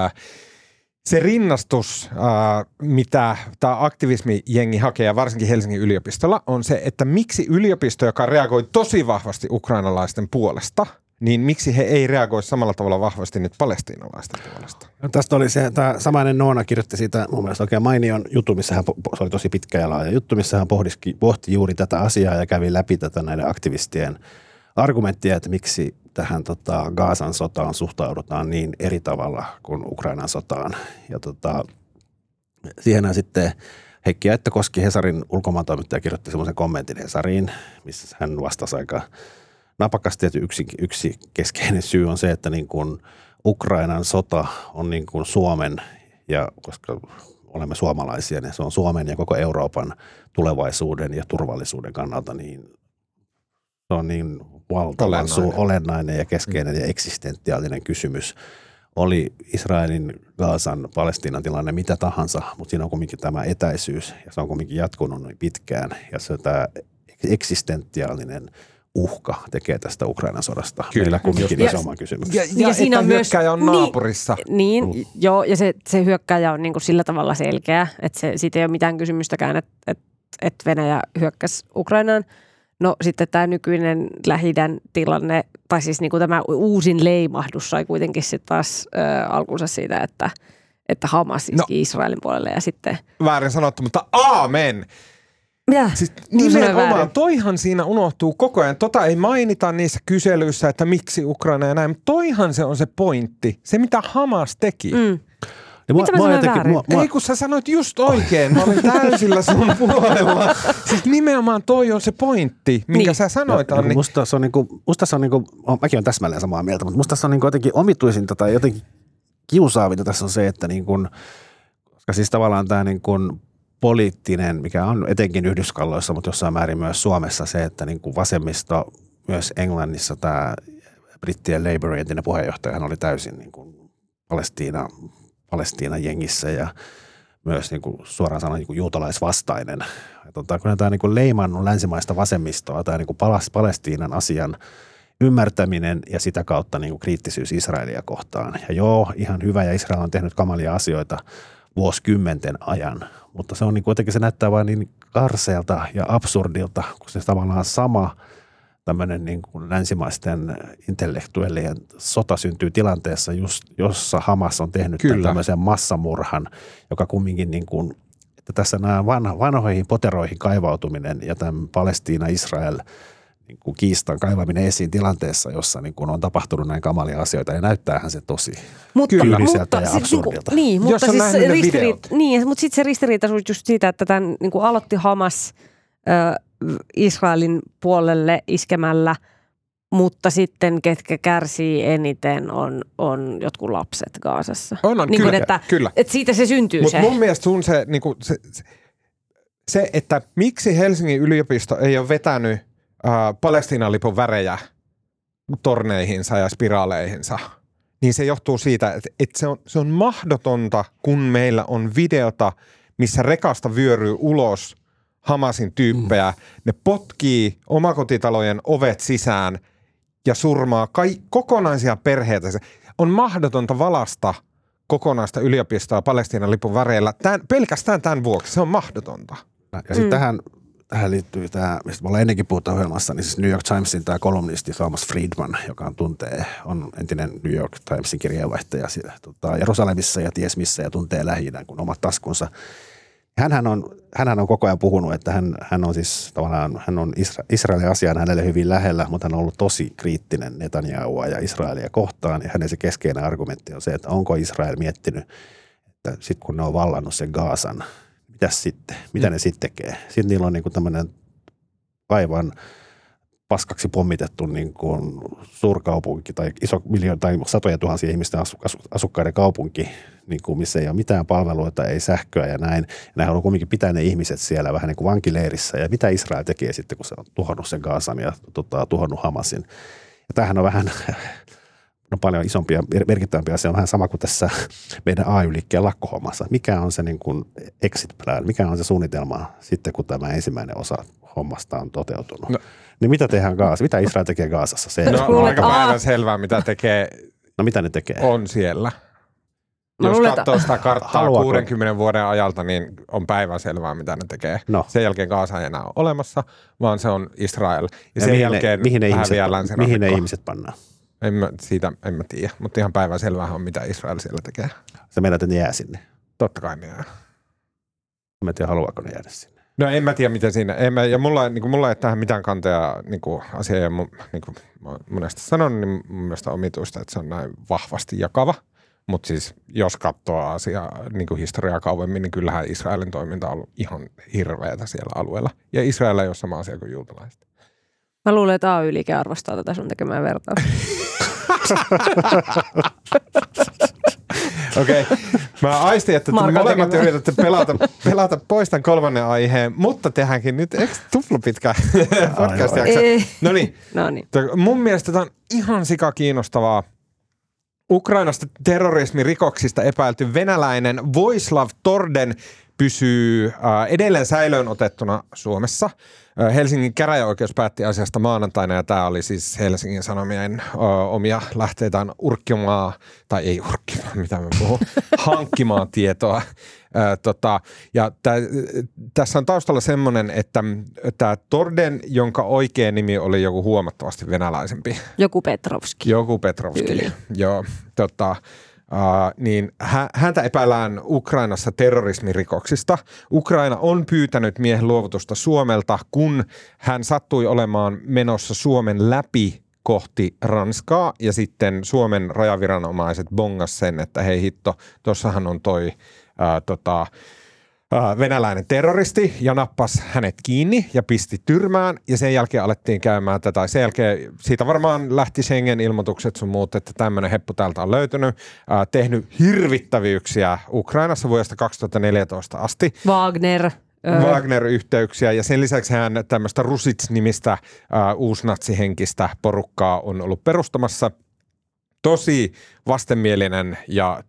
Speaker 1: Se rinnastus, mitä tämä aktivismijengi hakee, ja varsinkin Helsingin yliopistolla, on se, että miksi yliopisto, joka reagoi tosi vahvasti ukrainalaisten puolesta, niin miksi he ei reagoi samalla tavalla vahvasti nyt palestiinalaisten puolesta?
Speaker 3: No, tästä oli se, tämä samainen Noona kirjoitti siitä mun mielestä oikein mainion jutun, missä hän, se oli tosi pitkä ja laaja juttu, missä hän pohti juuri tätä asiaa ja kävi läpi tätä näiden aktivistien argumenttia, että miksi tähän Gazan sotaan suhtaudutaan niin eri tavalla kuin Ukrainan sotaan. Ja siihen sitten Heikki Aittakoski, Hesarin ulkomaantoimittaja, kirjoitti semmoisen kommentin Hesariin, missä hän vastasi aika napakasti, että yksi keskeinen syy on se, että niin kuin Ukrainan sota on niin kuin Suomen, ja koska olemme suomalaisia, niin se on Suomen ja koko Euroopan tulevaisuuden ja turvallisuuden kannalta niin se on niin valtavan olennainen ja keskeinen ja eksistentiaalinen kysymys. Oli Israelin, Gazan, Palestiinan tilanne mitä tahansa, mutta siinä on kuitenkin tämä etäisyys ja se on kuitenkin jatkunut niin pitkään ja se tämä eksistentiaalinen uhka tekee tästä Ukrainan sodasta.
Speaker 1: Kyllä.
Speaker 3: Meillä kumminkin iso kysymys.
Speaker 2: Ja siinä on myös
Speaker 1: hyökkääjä on naapurissa.
Speaker 2: Joo, ja se hyökkääjä on niin kuin sillä tavalla selkeä, että siitä ei ole mitään kysymystäkään, että Venäjä hyökkäsi Ukrainaan. No sitten tämä nykyinen Lähi-idän tilanne, tai siis niin kuin tämä uusin leimahdus sai kuitenkin sitten taas alkunsa siitä, että Hamas iski Israelin puolelle ja sitten...
Speaker 1: Väärin sanottu, mutta aamen!
Speaker 2: Mitä?
Speaker 1: Siis nimenomaan, toihan siinä unohtuu koko ajan. Ei mainita niissä kyselyissä, että miksi Ukraina ja näin, mutta toihan se on se pointti. Se, mitä Hamas teki.
Speaker 2: Mitä mä sanoin väärin?
Speaker 1: Ei, kun sä sanoit just oikein. Mä olin täysillä sun puolella. Siis nimenomaan toi on se pointti, minkä sä sanoit, Anni.
Speaker 3: Musta se on mäkin olen täsmälleen samaa mieltä, mutta musta se on jotenkin omituisinta tai jotenkin kiusaavinta tässä on se, että koska siis tavallaan tämä poliittinen, mikä on etenkin Yhdysvalloissa, mutta jossain määrin myös Suomessa se, että vasemmisto myös Englannissa tämä brittien Labourin entinen puheenjohtaja, hän oli täysin Palestiinan jengissä ja myös suoraan sanoen juutalaisvastainen. Kun tämä leimannut länsimaista vasemmistoa, tämä Palestiinan asian ymmärtäminen ja sitä kautta kriittisyys Israelia kohtaan. Ja joo, ihan hyvä ja Israel on tehnyt kamalia asioita vuosikymmenten ajan, mutta se on jotenkin se näyttää vain niin karseelta ja absurdilta, kun se tavallaan sama tämmöinen länsimaisten intellektuellien sota syntyy tilanteessa, jossa Hamas on tehnyt tämmöisen massamurhan, joka kumminkin että tässä nämä vanhoihin poteroihin kaivautuminen ja tämän Palestiina-Israel kiistan kaivaminen esiin tilanteessa, jossa on tapahtunut näin kamalia asioita ja näyttäähän se tosi kyyniseltä ja absurdilta.
Speaker 2: Mutta sitten se ristiriitaisuus just siitä, että tämän aloitti Hamas Israelin puolelle iskemällä, mutta sitten ketkä kärsii eniten on jotkut lapset Gazassa.
Speaker 1: On, kyllä.
Speaker 2: Että siitä se syntyy.
Speaker 1: Mutta mun mielestä sun se, että miksi Helsingin yliopisto ei ole vetänyt Palestiinan lipun värejä torneihinsa ja spiraaleihinsa, niin se johtuu siitä, että se on mahdotonta, kun meillä on videota, missä rekasta vyöryy ulos Hamasin tyyppejä. Ne potkii omakotitalojen ovet sisään ja surmaa kokonaisia perheitä. on mahdotonta valasta kokonaista yliopistoa Palestiinan lipun väreillä pelkästään tämän vuoksi. Se on mahdotonta.
Speaker 3: Ja sitten tähän liittyy tämä, mistä me ollaan ennenkin puhuttu ohjelmassa, niin siis New York Timesin tämä kolumnisti Thomas Friedman, joka on entinen New York Timesin kirjeenvaihtaja Jerusalemissa ja ties missä ja tuntee Lähi-idän kuin omat taskunsa. Hänhän on koko ajan puhunut, että hän on siis tavallaan, hän on Israelin asiaan hänelle hyvin lähellä, mutta hän on ollut tosi kriittinen Netanyahua ja Israelia kohtaan. Ja hänen se keskeinen argumentti on se, että onko Israel miettinyt, että sitten kun ne on vallannut sen Gaasan, mitäs sitten, mitä ne sitten tekee. Sitten niillä on niin kuin tämmöinen aivan paskaksi pommitettu niin kuin suurkaupunki tai tai satoja tuhansia ihmisten asukkaiden kaupunki, niin kuin missä ei ole mitään palveluita, ei sähköä ja näin. Ja näin haluaa kuitenkin pitää ne ihmiset siellä vähän niin kuin vankileirissä. Ja mitä Israel tekee sitten, kun se on tuhonnut sen Gaasan ja tuhonnut Hamasin. Ja tämähän on vähän paljon isompi ja merkittävämpi asia. On vähän sama kuin tässä meidän AY-liikkeen lakkohommassa. Mikä on se niin kuin exit plan, mikä on se suunnitelma sitten, kun tämä ensimmäinen osa hommasta on toteutunut? No. Niin mitä tehdään Gaasassa? Mitä Israel tekee Gaasassa?
Speaker 1: No aika päivän selvää, mitä tekee.
Speaker 3: No mitä ne tekee?
Speaker 1: On siellä. Jos katsoo sitä karttaa 60 vuoden ajalta, niin on päivänselvää, mitä ne tekee. No. Sen jälkeen Gaasa ei enää ole olemassa, vaan se on Israel. Ja sen jälkeen
Speaker 3: mihin ne ihmiset pannaan?
Speaker 1: En mä tiedä, mutta ihan päivänselvää on, mitä Israel siellä tekee.
Speaker 3: Se meidät, että ne jää sinne?
Speaker 1: Totta kai ne jää.
Speaker 3: Mä en tiedä, haluaako ne jäädä sinne.
Speaker 1: No en mä tiedä, miten siinä. Ja mulla ei tähän mitään kanteja asiaa, ja niin kuin monesti sanon, niin mun mielestä on omituista, että se on näin vahvasti jakava. Mutta siis jos katsoo asiaa niin kuin historiaa kauemmin, niin kyllähän Israelin toiminta on ollut ihan hirveätä siellä alueella. Ja Israel ei ole sama asia kuin juutalaiset.
Speaker 2: Mä luulen, että AY-liike arvostaa tätä sun tekemään vertausta.
Speaker 1: Okei. Mä aistin, että molemmat yritätte pelata pois tämän kolmannen aiheen, mutta tehdäänkin nyt tuplapitkä podcast-jakso. No niin. Mun mielestä tämä on ihan sika kiinnostavaa. Ukrainasta terrorismirikoksista epäilty venäläinen Vojislav Torden pysyy edelleen säilöön otettuna Suomessa. Helsingin käräjäoikeus päätti asiasta maanantaina, ja tämä oli siis Helsingin Sanomien omia lähteitään hankkimaan tietoa. Tässä on taustalla semmoinen, että tämä Torden, jonka oikea nimi oli joku huomattavasti venäläisempi.
Speaker 2: Joku Petrovski.
Speaker 1: Joo. Niin häntä epäillään Ukrainassa terrorismirikoksista. Ukraina on pyytänyt miehen luovutusta Suomelta, kun hän sattui olemaan menossa Suomen läpi kohti Ranskaa, ja sitten Suomen rajaviranomaiset bongas sen, että hei hitto, tuossahan on toi venäläinen terroristi, ja nappas hänet kiinni ja pisti tyrmään, ja sen jälkeen alettiin käymään tätä. Sen jälkeen siitä varmaan lähti Schengen-ilmoitukset sun muut, että tämmöinen heppu täältä on löytynyt, tehnyt hirvittävyyksiä Ukrainassa vuodesta 2014 asti. Wagner-yhteyksiä, ja sen lisäksi hän tämmöistä Rusits-nimistä uusnatsihenkistä porukkaa on ollut perustamassa. Tosi vastenmielinen ja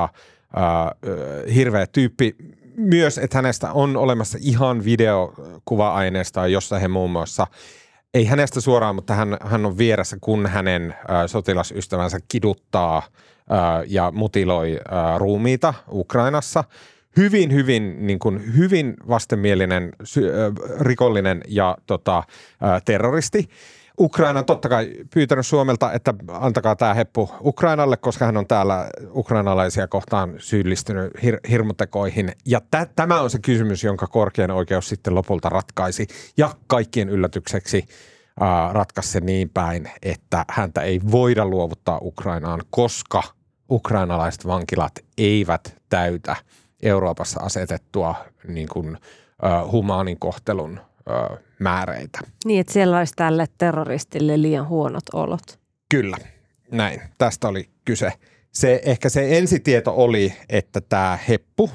Speaker 1: hirveä tyyppi. Myös, että hänestä on olemassa ihan videokuva-aineistoa, jossa he muun muassa, ei hänestä suoraan, mutta hän on vieressä, kun hänen sotilasystävänsä kiduttaa ja mutiloi ruumiita Ukrainassa. Hyvin vastenmielinen rikollinen ja terroristi. Ukraina on totta kai pyytänyt Suomelta, että antakaa tämä heppu Ukrainalle, koska hän on täällä ukrainalaisia kohtaan syyllistynyt hirmutekoihin. Ja tämä on se kysymys, jonka korkein oikeus sitten lopulta ratkaisi. Ja kaikkien yllätykseksi ratkaisi se niin päin, että häntä ei voida luovuttaa Ukrainaan, koska ukrainalaiset vankilat eivät täytä Euroopassa asetettua niin kuin, humaanin kohtelun määreitä.
Speaker 2: Niin, että siellä olisi tälle terroristille liian huonot olot.
Speaker 1: Kyllä, näin. Tästä oli kyse. Ehkä se ensitieto oli, että tämä heppu,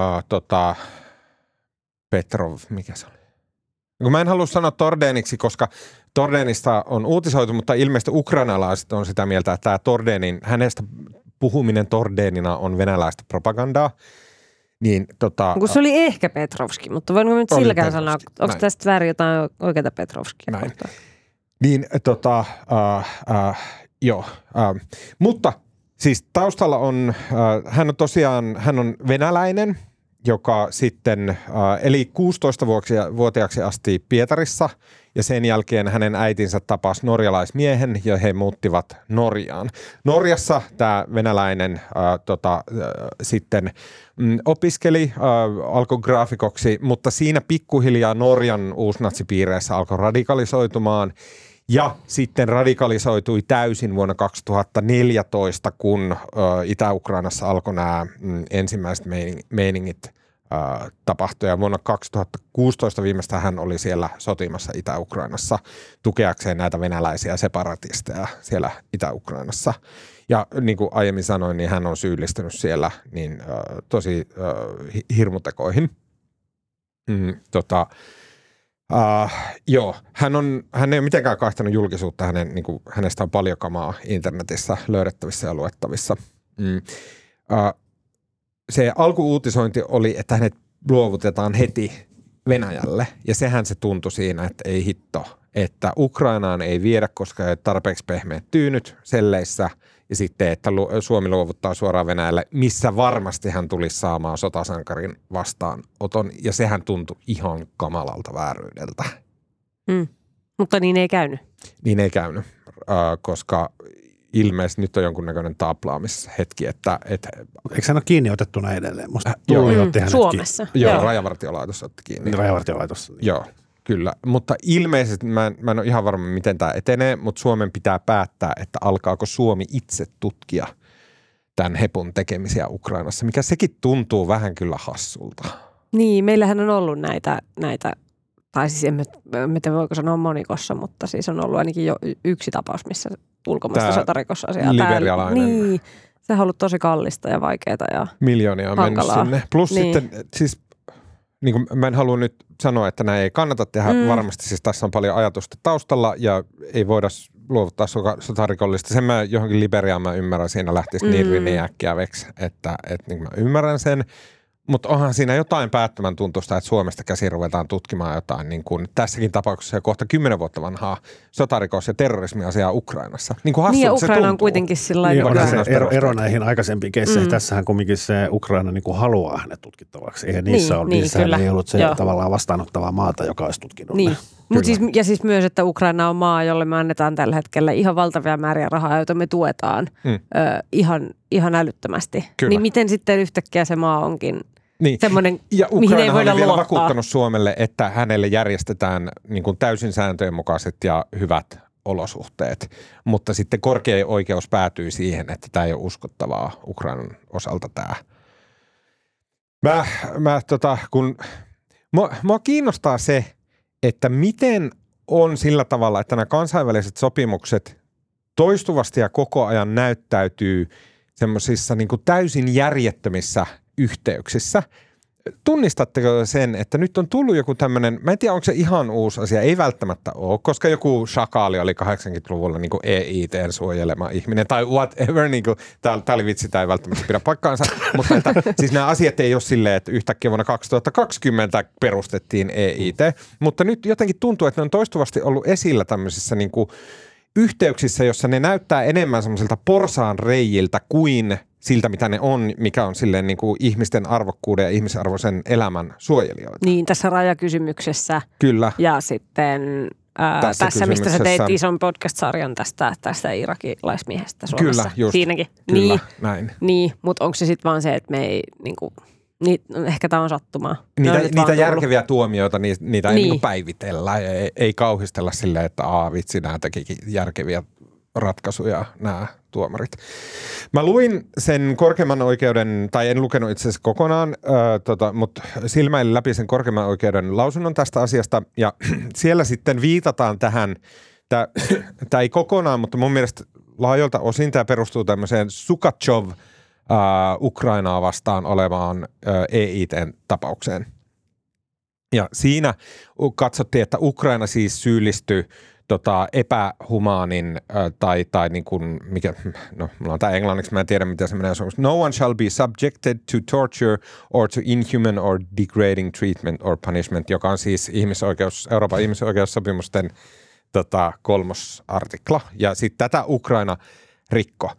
Speaker 1: Petrov, mikä se oli? Mä en halua sanoa Tordeniksi, koska Tordenista on uutisoitu, mutta ilmeisesti ukrainalaiset on sitä mieltä, että tämä hänestä puhuminen Tordenina on venäläistä propagandaa. Niin,
Speaker 2: kun se oli ehkä Petrovski, mutta voinko nyt silläkään sanoa, onko tästä väärin jotain oikeaa Petrovskia?
Speaker 1: Näin. Niin, joo. Mutta Siis taustalla on, hän on venäläinen, joka sitten eli 16-vuotiaaksi asti Pietarissa ja sen jälkeen hänen äitinsä tapasi norjalaismiehen ja he muuttivat Norjaan. Norjassa tämä venäläinen sitten opiskeli, alkoi graafikoksi, mutta siinä pikkuhiljaa Norjan uusnatsipiireissä alkoi radikalisoitumaan. Ja sitten radikalisoitui täysin vuonna 2014, kun Itä-Ukrainassa alkoi nämä ensimmäiset meiningit tapahtua. Ja vuonna 2016 viimeistään hän oli siellä sotimassa Itä-Ukrainassa tukeakseen näitä venäläisiä separatisteja siellä Itä-Ukrainassa. Ja niin kuin aiemmin sanoin, niin hän on syyllistynyt siellä niin tosi hirmutekoihin. Joo, hän ei ole mitenkään kaihtanut julkisuutta, hänestä on paljon kamaa internetissä löydettävissä ja luettavissa. Se alkuuutisointi oli, että hänet luovutetaan heti Venäjälle ja sehän se tuntui siinä, että ei hitto, että Ukrainaan ei viedä, koska ei ole tarpeeksi pehmeät tyynyt selleissä ja sitten, että Suomi luovuttaa suoraan Venäjälle, missä varmasti hän tulisi saamaan sotasankarin vastaanoton ja sehän tuntui ihan kamalalta vääryydeltä.
Speaker 2: Mutta niin ei käynyt.
Speaker 1: Niin ei käynyt, koska ilmeisesti nyt on jonkunnäköinen taplaamishetki, että
Speaker 3: eikö hän ole kiinni otettuna edelleen? Musta
Speaker 2: Suomessa.
Speaker 1: Joo, Rajavartiolaitos otti kiinni.
Speaker 3: Rajavartiolaitos. Niin.
Speaker 1: Joo, kyllä. Mutta ilmeisesti, mä en ole ihan varma, miten tämä etenee, mutta Suomen pitää päättää, että alkaako Suomi itse tutkia tämän hepun tekemisiä Ukrainassa, mikä sekin tuntuu vähän kyllä hassulta.
Speaker 2: Niin, meillähän on ollut näitä tai siis en tiedä voiko sanoa monikossa, mutta siis on ollut ainakin jo yksi tapaus, missä ulkomaista sotarikosasiaa.
Speaker 1: Liberialainen.
Speaker 2: Niin, sehän on ollut tosi kallista ja vaikeaa ja
Speaker 1: miljoonia on mennyt sinne. Plus niin. Sitten, siis niin kuin mä en halua nyt sanoa, että näin ei kannata tehdä. Varmasti siis tässä on paljon ajatusta taustalla ja ei voida luovuttaa sotarikollista. Sen mä johonkin Liberiaan mä ymmärrän, siinä lähtisi niin äkkiä veksi, että niin mä ymmärrän sen. Mutta onhan siinä jotain päättömän tuntusta, että Suomesta käsin ruvetaan tutkimaan jotain, niin kuin tässäkin tapauksessa jo kohta 10 vuotta vanhaa sotarikos- ja terrorismiasiaa Ukrainassa. Niin kuin hassulta
Speaker 2: niin ja
Speaker 1: se
Speaker 2: Ukraina
Speaker 1: tuntuu.
Speaker 2: on kuitenkin sillä
Speaker 3: niin,
Speaker 2: lailla.
Speaker 3: Ero näihin aikaisempiin keisseihin. Tässähän kumminkin se Ukraina niin kuin haluaa hänet tutkittavaksi. Eihän niissä ole, niissähän ei ollut se tavallaan vastaanottavaa maata, joka olisi tutkinut.
Speaker 2: Niin. Mutta siis myös, että Ukraina on maa, jolle me annetaan tällä hetkellä ihan valtavia määriä rahaa, joita me tuetaan ihan älyttömästi. Kyllä. Niin miten sitten yhtäkkiä se maa onkin semmoinen,
Speaker 1: ja
Speaker 2: mihin ei voida
Speaker 1: on vielä
Speaker 2: luottaa.
Speaker 1: vakuuttanut Suomelle, että hänelle järjestetään niin kuin täysin sääntöjen mukaiset ja hyvät olosuhteet. Mutta sitten korkea oikeus päätyy siihen, että tämä ei ole uskottavaa Ukrainan osalta tämä. Mua kiinnostaa se, että miten on sillä tavalla, että nämä kansainväliset sopimukset toistuvasti ja koko ajan näyttäytyy semmoisissa niin kuin täysin järjettömissä yhteyksissä. Tunnistatteko sen, että nyt on tullut joku tämmöinen, mä en tiedä onko se ihan uusi asia, ei välttämättä ole, koska joku shakaali oli 80-luvulla niin kuin EIT:n suojelema ihminen tai whatever, niin kuin, tää oli vitsi, tämä ei välttämättä pidä paikkaansa, mutta että, siis nämä asiat ei ole silleen, että yhtäkkiä vuonna 2020 perustettiin EIT, mutta nyt jotenkin tuntuu, että ne on toistuvasti ollut esillä tämmöisissä niin kuin yhteyksissä, jossa ne näyttää enemmän semmoisilta porsaan reijiltä kuin siltä, mitä ne on, mikä on silleen niin kuin ihmisten arvokkuuden ja ihmisarvoisen elämän suojelijoita.
Speaker 2: Niin, tässä rajakysymyksessä.
Speaker 1: Kyllä.
Speaker 2: Ja sitten tässä mistä sä teit ison podcast-sarjan tästä irakilaismiehestä Suomessa.
Speaker 1: Kyllä, just.
Speaker 2: Siinäkin.
Speaker 1: Kyllä,
Speaker 2: niin,
Speaker 1: näin.
Speaker 2: Niin, mutta onko se sitten vaan se, että me ei niinku, ehkä tämä on sattumaa.
Speaker 1: Niitä järkeviä tuomioita, niitä ei niinku päivitellä, ei kauhistella silleen, että vitsi, nämä tekikin järkeviä ratkaisuja nämä tuomarit. Mä luin sen korkeimman oikeuden, tai en lukenut itse asiassa kokonaan, mutta silmäilin läpi sen korkeimman oikeuden lausunnon tästä asiasta, ja siellä sitten viitataan tähän, tämä ei kokonaan, mutta mun mielestä laajalta osin tämä perustuu tämmöiseen Sukachov Ukrainaa vastaan olevaan EIT-tapaukseen. Ja siinä katsottiin, että Ukraina siis syyllistyi epähumaanin tai niin kuin, mikä, no mulla on tämä englanniksi, mä en tiedä mitä se menee suomeksi. No one shall be subjected to torture or to inhuman or degrading treatment or punishment, joka on siis Euroopan ihmisoikeussopimusten 3. artikla. Ja sitten tätä Ukraina rikko.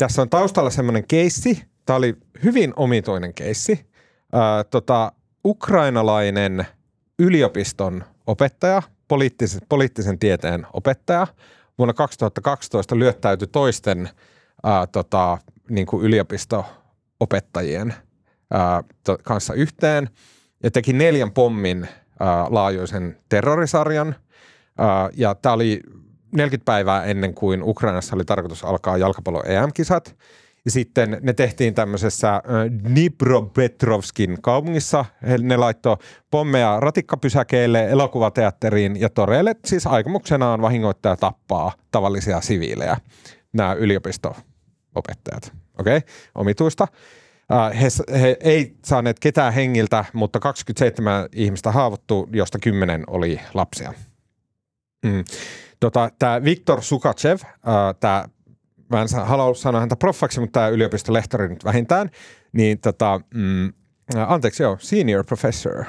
Speaker 1: tässä on taustalla semmoinen keissi. Tämä oli hyvin omituinen keissi. Ukrainalainen yliopiston opettaja, poliittisen tieteen opettaja, vuonna 2012 lyöttäytyi toisten niin kuin yliopisto-opettajien kanssa yhteen ja teki 4 pommin laajuisen terrorisarjan. Ja tämä oli 40 päivää ennen kuin Ukrainassa oli tarkoitus alkaa jalkapallon EM-kisat. Ja sitten ne tehtiin tämmöisessä Dnipropetrovskin kaupungissa. Ne laittoi pommeja ratikkapysäkeille, elokuvateatteriin ja toreille. Siis aikomuksena on vahingoittaa ja tappaa tavallisia siviilejä, nämä yliopisto-opettajat. Okei, omituista. He ei saaneet ketään hengiltä, mutta 27 ihmistä haavoittui, josta 10 oli lapsia. Tämä Viktor Sukachev, mä en halua sanoa häntä proffaksi, mutta tämä yliopistolehtori nyt vähintään, niin senior professor,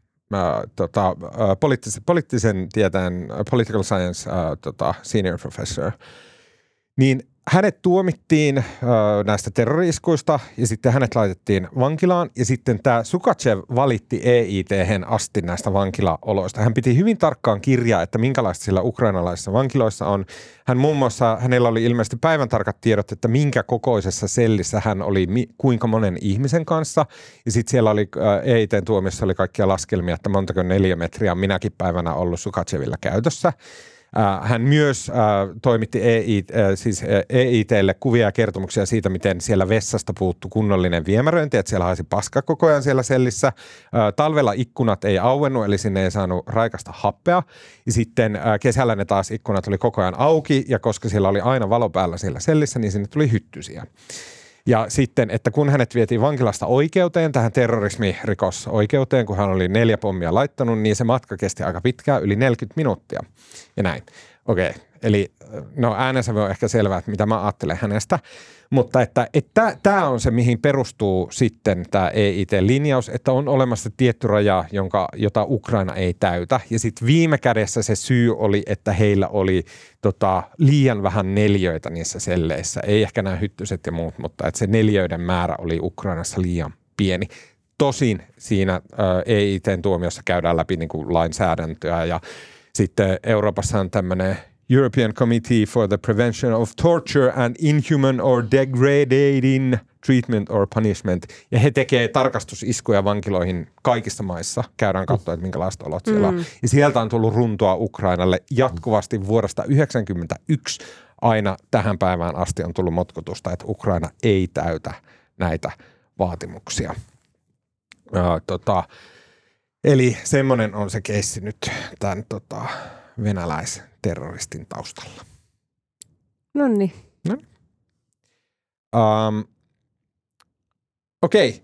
Speaker 1: poliittisen tieteen, political science senior professor, niin hänet tuomittiin näistä terrori-iskuista ja sitten hänet laitettiin vankilaan ja sitten tämä Sukachev valitti EIT:hen asti näistä vankilaoloista. Hän piti hyvin tarkkaan kirjaa, että minkälaista sillä ukrainalaisissa vankiloissa on. Hänellä oli ilmeisesti päivän tarkat tiedot, että minkä kokoisessa sellissä hän oli kuinka monen ihmisen kanssa ja sitten siellä oli EIT:n tuomissa oli kaikkia laskelmia, että montako 4 metriä on minäkin päivänä ollut Sukachevilla käytössä. Hän myös toimitti EIT:lle kuvia ja kertomuksia siitä, miten siellä vessasta puuttui kunnollinen viemäröinti, että siellä haisi paska koko ajan siellä sellissä. Talvella ikkunat ei auennut, eli sinne ei saanut raikasta happea. Ja sitten kesällä ne taas ikkunat oli koko ajan auki, ja koska siellä oli aina valo päällä siellä sellissä, niin sinne tuli hyttysiä. Ja sitten, että kun hänet vietiin vankilasta oikeuteen, tähän terrorismirikosoikeuteen, kun hän oli 4 pommia laittanut, niin se matka kesti aika pitkään, yli 40 minuuttia. Ja näin. Okei. Eli äänensä on ehkä selvää, että mitä mä ajattelen hänestä. Mutta että tämä on se, mihin perustuu sitten tämä EIT-linjaus, että on olemassa tietty raja, jota Ukraina ei täytä. Ja sitten viime kädessä se syy oli, että heillä oli liian vähän neliöitä niissä selleissä. Ei ehkä nämä hyttyset ja muut, mutta että se neliöiden määrä oli Ukrainassa liian pieni. Tosin siinä EIT:n tuomiossa käydään läpi niin kuin lainsäädäntöä ja sitten Euroopassa on tämmöinen European Committee for the Prevention of Torture and Inhuman or Degrading Treatment or Punishment. Ja he tekee tarkastusiskuja vankiloihin kaikissa maissa. Käydään katsoa, että minkälaiset olot siellä on. Ja sieltä on tullut runtoa Ukrainalle jatkuvasti vuodesta 1991 aina tähän päivään asti on tullut motkotusta, että Ukraina ei täytä näitä vaatimuksia. Eli semmoinen on se keissi nyt tämän venäläisterroristin taustalla.
Speaker 2: Noniin.
Speaker 1: Okei.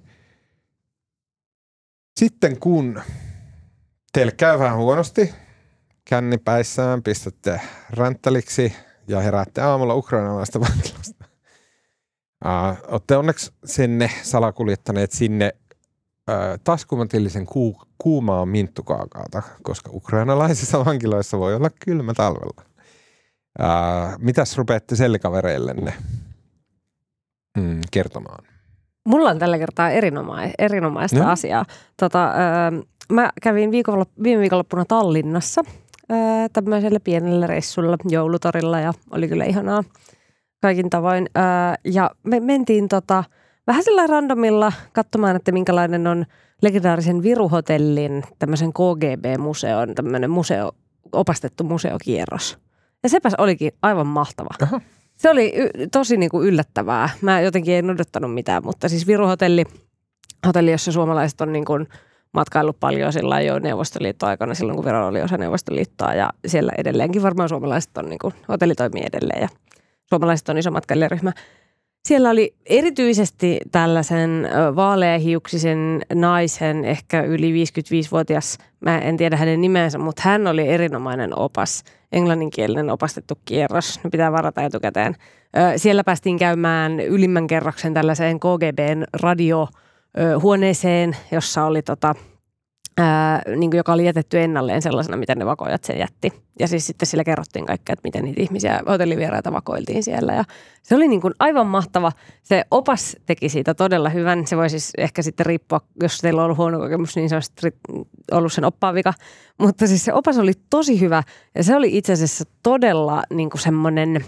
Speaker 1: Sitten kun teille käy vähän huonosti, kännipäissään pistätte ränttäliksi ja heräätte aamulla ukrainalaista vankilasta. Olette onneksi sinne salakuljettaneet sinne taskumatillisen kuumaa minttukaakaata, koska ukrainalaisissa vankiloissa voi olla kylmä talvella. Mitäs rupeatte sellikavereillenne kertomaan?
Speaker 2: Mulla on tällä kertaa erinomaista asiaa. Mä kävin viime viikonloppuna Tallinnassa tämmöisellä pienellä reissulla joulutorilla ja oli kyllä ihanaa kaikin tavoin. Ja me mentiin vähän sillä randomilla katsomaan, että minkälainen on legendaarisen Viru-hotellin tämmöisen KGB-museon tämmöinen opastettu museokierros. Ja sepäs olikin aivan mahtava. Aha. Se oli tosi niin kuin yllättävää. Mä jotenkin en odottanut mitään, mutta siis Viru-hotelli, jossa suomalaiset on niin kuin matkaillut paljon sillä jo Neuvostoliiton aikana, silloin kun Viro oli osa Neuvostoliittoa ja siellä edelleenkin varmaan suomalaiset on, niin kuin, hotelli toimii edelleen ja suomalaiset on iso matkailijaryhmä. Siellä oli erityisesti tällaisen vaaleahiuksisen naisen, ehkä yli 55-vuotias, mä en tiedä hänen nimensä, mutta hän oli erinomainen opas, englanninkielinen opastettu kierros, ne pitää varata etukäteen. Siellä päästiin käymään ylimmän kerroksen tällaiseen KGB:n radiohuoneeseen, jossa oli niin kuin joka oli jätetty ennalleen sellaisena, mitä ne vakoojat sen jätti. Ja siis sitten sillä kerrottiin kaikkea, että miten niitä ihmisiä, hotellivieraita vakoiltiin siellä. Ja se oli niin kuin aivan mahtava. Se opas teki siitä todella hyvän. Se voi siis ehkä sitten riippua, jos teillä on ollut huono kokemus, niin se olisi ollut sen oppaan vika. Mutta siis se opas oli tosi hyvä ja se oli itse asiassa todella niin kuin semmoinen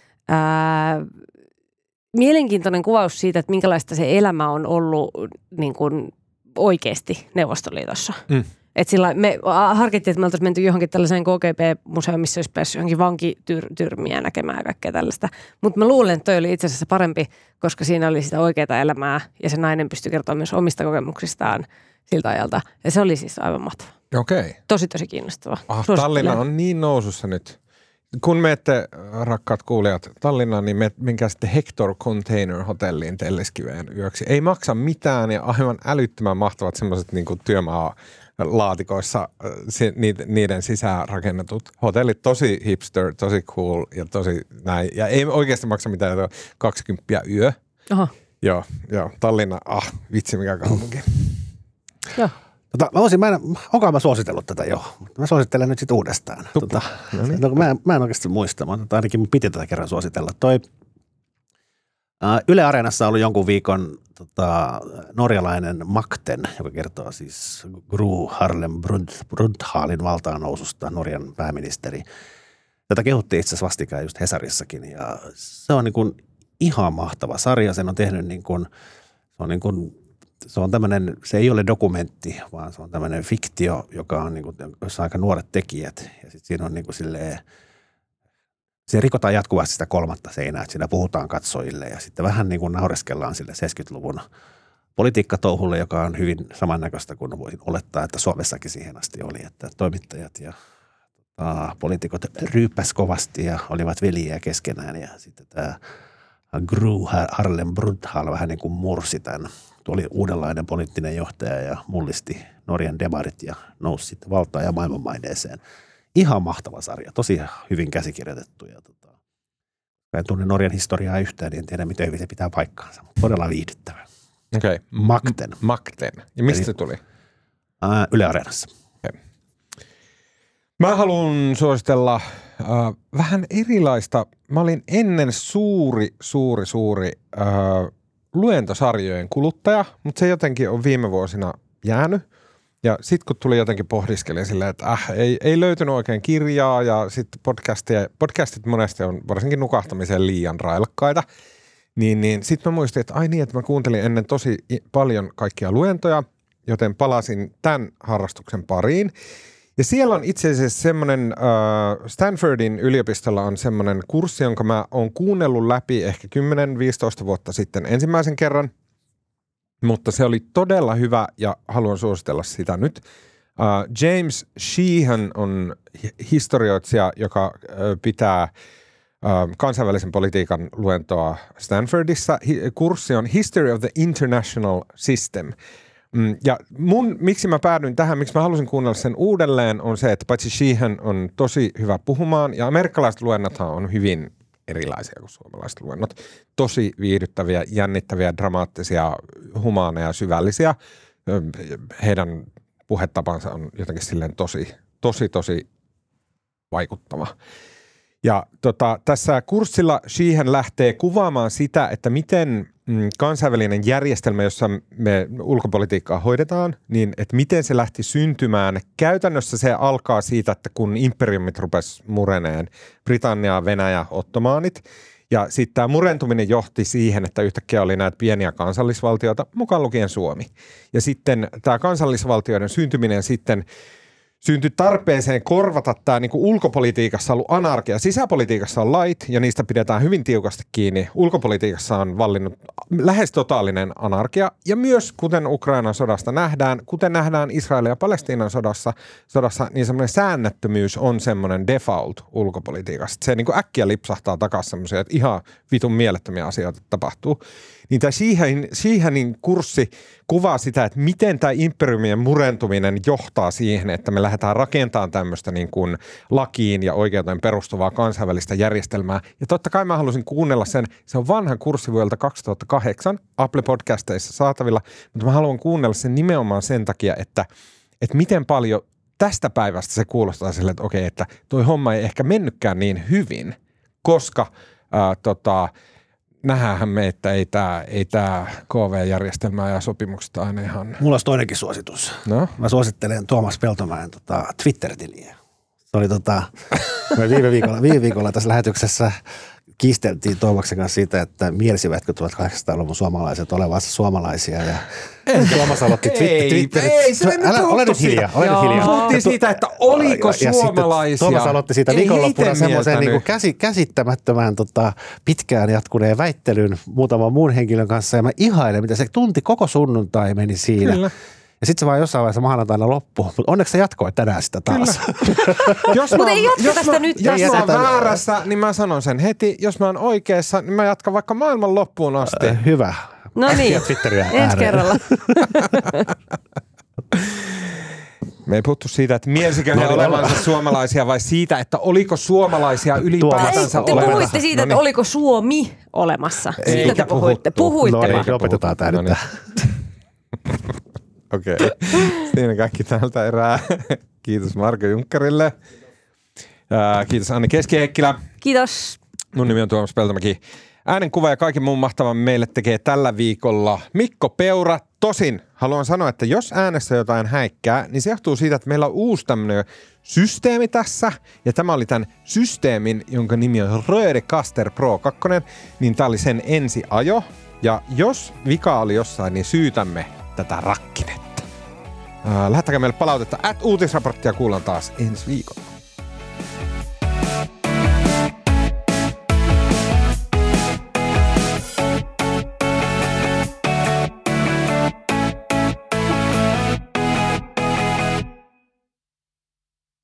Speaker 2: mielenkiintoinen kuvaus siitä, että minkälaista se elämä on ollut niin kuin oikeasti Neuvostoliitossa. Että sillä me harkittiin, että me oltaisiin menty johonkin tällaiseen KGB-museoon, missä olisi päässyt johonkin vankityrmiä näkemään ja kaikkea tällaista. Mutta mä luulen, että toi oli itse asiassa parempi, koska siinä oli sitä oikeaa elämää ja se nainen pystyi kertomaan myös omista kokemuksistaan siltä ajalta. Ja se oli siis aivan mahtava.
Speaker 1: Okei.
Speaker 2: Tosi kiinnostava.
Speaker 1: Tallinna on niin nousussa nyt. Kun menette, rakkaat kuulijat, Tallinnaan, niin menkää sitten Hector Container Hotelliin Telleskiveen yöksi. Ei maksa mitään ja aivan älyttömän mahtavat semmoiset niin kuin työmaalaatikoissa niiden sisään rakennetut hotellit. Tosi hipster, tosi cool ja tosi näin. Ja ei oikeasti maksa mitään, 20 yö.
Speaker 2: Aha.
Speaker 1: Joo, Tallinna, vitsi mikä kaupunki.
Speaker 2: Joo.
Speaker 3: Onko mä suositellut tätä jo? Mä suosittelen nyt sitten uudestaan. Mä en oikeasti muista. Ainakin mun piti tätä kerran suositella. Yle Areenassa on ollut jonkun viikon norjalainen Makten, joka kertoo siis Gro Harlem Brundthalin valtaan noususta, Norjan pääministeri. Tätä kehuttiin itse asiassa vastikään just Hesarissakin. Ja se on niin kuin ihan mahtava sarja. Sen on tehnyt se on tämmöinen, se ei ole dokumentti, vaan se on tämmöinen fiktio, joka on niinku, jossa on aika nuoret tekijät. Ja sitten siinä on niinku silleen, se rikotaan jatkuvasti sitä kolmatta seinää, että siinä puhutaan katsojille ja sitten vähän niin kuin naureskellaan sille 70-luvun politiikkatouhulle, joka on hyvin samannäköistä kuin voisin olettaa, että Suomessakin siihen asti oli, että toimittajat ja poliitikot ryyppäs kovasti ja olivat veljiä keskenään ja sitten tämä Gro Harlem Brundthal vähän niin kuin mursi tämän. Oli uudenlainen poliittinen johtaja ja mullisti Norjan demarit ja nousi sitten valtaan ja maailmanmaineeseen. Ihan mahtava sarja, tosi hyvin käsikirjoitettu. Ja en tunne Norjan historiaa yhtään, niin en tiedä miten hyvin se pitää paikkaansa, mutta todella viihdyttävä.
Speaker 1: Okei. Makten. Ja mistä se tuli?
Speaker 3: Yle Areenassa.
Speaker 1: Okay. Mä haluan suositella vähän erilaista. Mä olin ennen suuri luentosarjojen kuluttaja, mutta se jotenkin on viime vuosina jäänyt. Ja sitten kun tuli jotenkin pohdiskelin silleen, että ei löytynyt oikein kirjaa ja sitten podcastit monesti on varsinkin nukahtamiseen liian railakkaita, niin sitten mä muistin, että että mä kuuntelin ennen tosi paljon kaikkia luentoja, joten palasin tämän harrastuksen pariin. Ja siellä on itse asiassa semmoinen, Stanfordin yliopistolla on semmoinen kurssi, jonka mä oon kuunnellut läpi ehkä 10-15 vuotta sitten ensimmäisen kerran, mutta se oli todella hyvä ja haluan suositella sitä nyt. James Sheehan on historioitsija, joka pitää kansainvälisen politiikan luentoa Stanfordissa. Kurssi on History of the International System. Ja miksi mä päädyin tähän, miksi mä halusin kuunnella sen uudelleen, on se, että paitsi Sheehan on tosi hyvä puhumaan, ja amerikkalaiset luennothan on hyvin erilaisia kuin suomalaiset luennot. Tosi viihdyttäviä, jännittäviä, dramaattisia, humaaneja, syvällisiä. Heidän puhetapansa on jotenkin silleen tosi vaikuttava. Ja tässä kurssilla Sheehan lähtee kuvaamaan sitä, että miten kansainvälinen järjestelmä, jossa me ulkopolitiikkaa hoidetaan, niin että miten se lähti syntymään. Käytännössä se alkaa siitä, että kun imperiumit rupesi mureneen, Britannia, Venäjä, ottomaanit, ja sitten tämä murentuminen johti siihen, että yhtäkkiä oli näitä pieniä kansallisvaltioita, mukaan lukien Suomi. Ja sitten tämä kansallisvaltioiden syntyminen sitten syntyi tarpeeseen korvata tämä niin kuin ulkopolitiikassa ollut anarkia. Sisäpolitiikassa on lait ja niistä pidetään hyvin tiukasti kiinni. Ulkopolitiikassa on vallinnut lähes totaalinen anarkia ja myös kuten Ukrainan sodasta nähdään, kuten nähdään Israelin ja Palestiinan sodassa, niin semmoinen säännöttömyys on semmoinen default ulkopolitiikassa. Se niin kuin äkkiä lipsahtaa takaisin semmoisia, että ihan vitun mielettömiä asioita tapahtuu. Niin tämä Sheehanin kurssi kuvaa sitä, että miten tämä imperiumien murentuminen johtaa siihen, että me lähdetään rakentamaan tämmöistä niin kuin lakiin ja oikeuteen perustuvaa kansainvälistä järjestelmää. Ja totta kai mä halusin kuunnella sen. Se on vanha kurssi vuodelta 2008 Apple Podcasteissa saatavilla, mutta mä haluan kuunnella sen nimenomaan sen takia, että että miten paljon tästä päivästä se kuulostaa sille, että okei, että toi homma ei ehkä mennytkään niin hyvin, koska nähdäänhän me, että ei tää KV-järjestelmää ja sopimukset aina ihan...
Speaker 3: Mulla olisi toinenkin suositus.
Speaker 1: No?
Speaker 3: Mä suosittelen Tuomas Peltomäen Twitter-tiliä. Se oli me viime viikolla tässä lähetyksessä kiisteltiin Tuomaksen kanssa siitä, että mielisivätkö 1800-luvun suomalaiset olevansa suomalaisia. Ja Tuomas aloitti Twitterin.
Speaker 1: Ei, se ei nyt
Speaker 3: Ole nyt hiljaa.
Speaker 1: Puhuttiin siitä, että oliko suomalaisia.
Speaker 3: Tuomas aloitti siitä viikonloppuna semmoisen niin käsittämättömän pitkään jatkuneen väittelyn muutaman muun henkilön kanssa. Ja mä ihailen, mitä se tunti koko sunnuntai meni siinä. Kyllä. Ja sitten se vaan jossain vaiheessa maanantaina loppuu. Mutta onneksi sä jatkoit tänään sitä taas.
Speaker 2: Mutta ei jatka tästä nyt.
Speaker 1: Jos mä oon väärässä, niin mä sanon sen heti. Jos mä oon oikeassa, niin mä jatkan vaikka maailman loppuun asti.
Speaker 3: Hyvä.
Speaker 2: No niin, ensi kerralla.
Speaker 1: Me ei puhuttu siitä, että mielisikö he olevansa suomalaisia vai siitä, että oliko suomalaisia ylipäätänsä olemassa.
Speaker 2: Te puhuitte siitä, että oliko Suomi olemassa. Siitä te puhuitte. Puhuitte vaan.
Speaker 3: Lopetetaan tämä nyt.
Speaker 1: Okei. Siinä kaikki tältä erää. Kiitos Marko Junkkarille. Kiitos Anni Keski-Heikkilä.
Speaker 2: Kiitos.
Speaker 1: Mun nimi on Tuomas Peltomäki. Äänenkuva ja kaiken muun mahtavan meille tekee tällä viikolla Mikko Peura. Tosin haluan sanoa, että jos äänessä jotain häikkää, niin se johtuu siitä, että meillä on uusi tämmöinen systeemi tässä. Ja tämä oli tämän systeemin, jonka nimi on Rodecaster Pro 2, niin tämä oli sen ensiajo. Ja jos vika oli jossain, niin syytämme tätä rakkinetta. Lähettäkää meille palautetta @uutisraporttia, kuullaan taas ensi viikolla.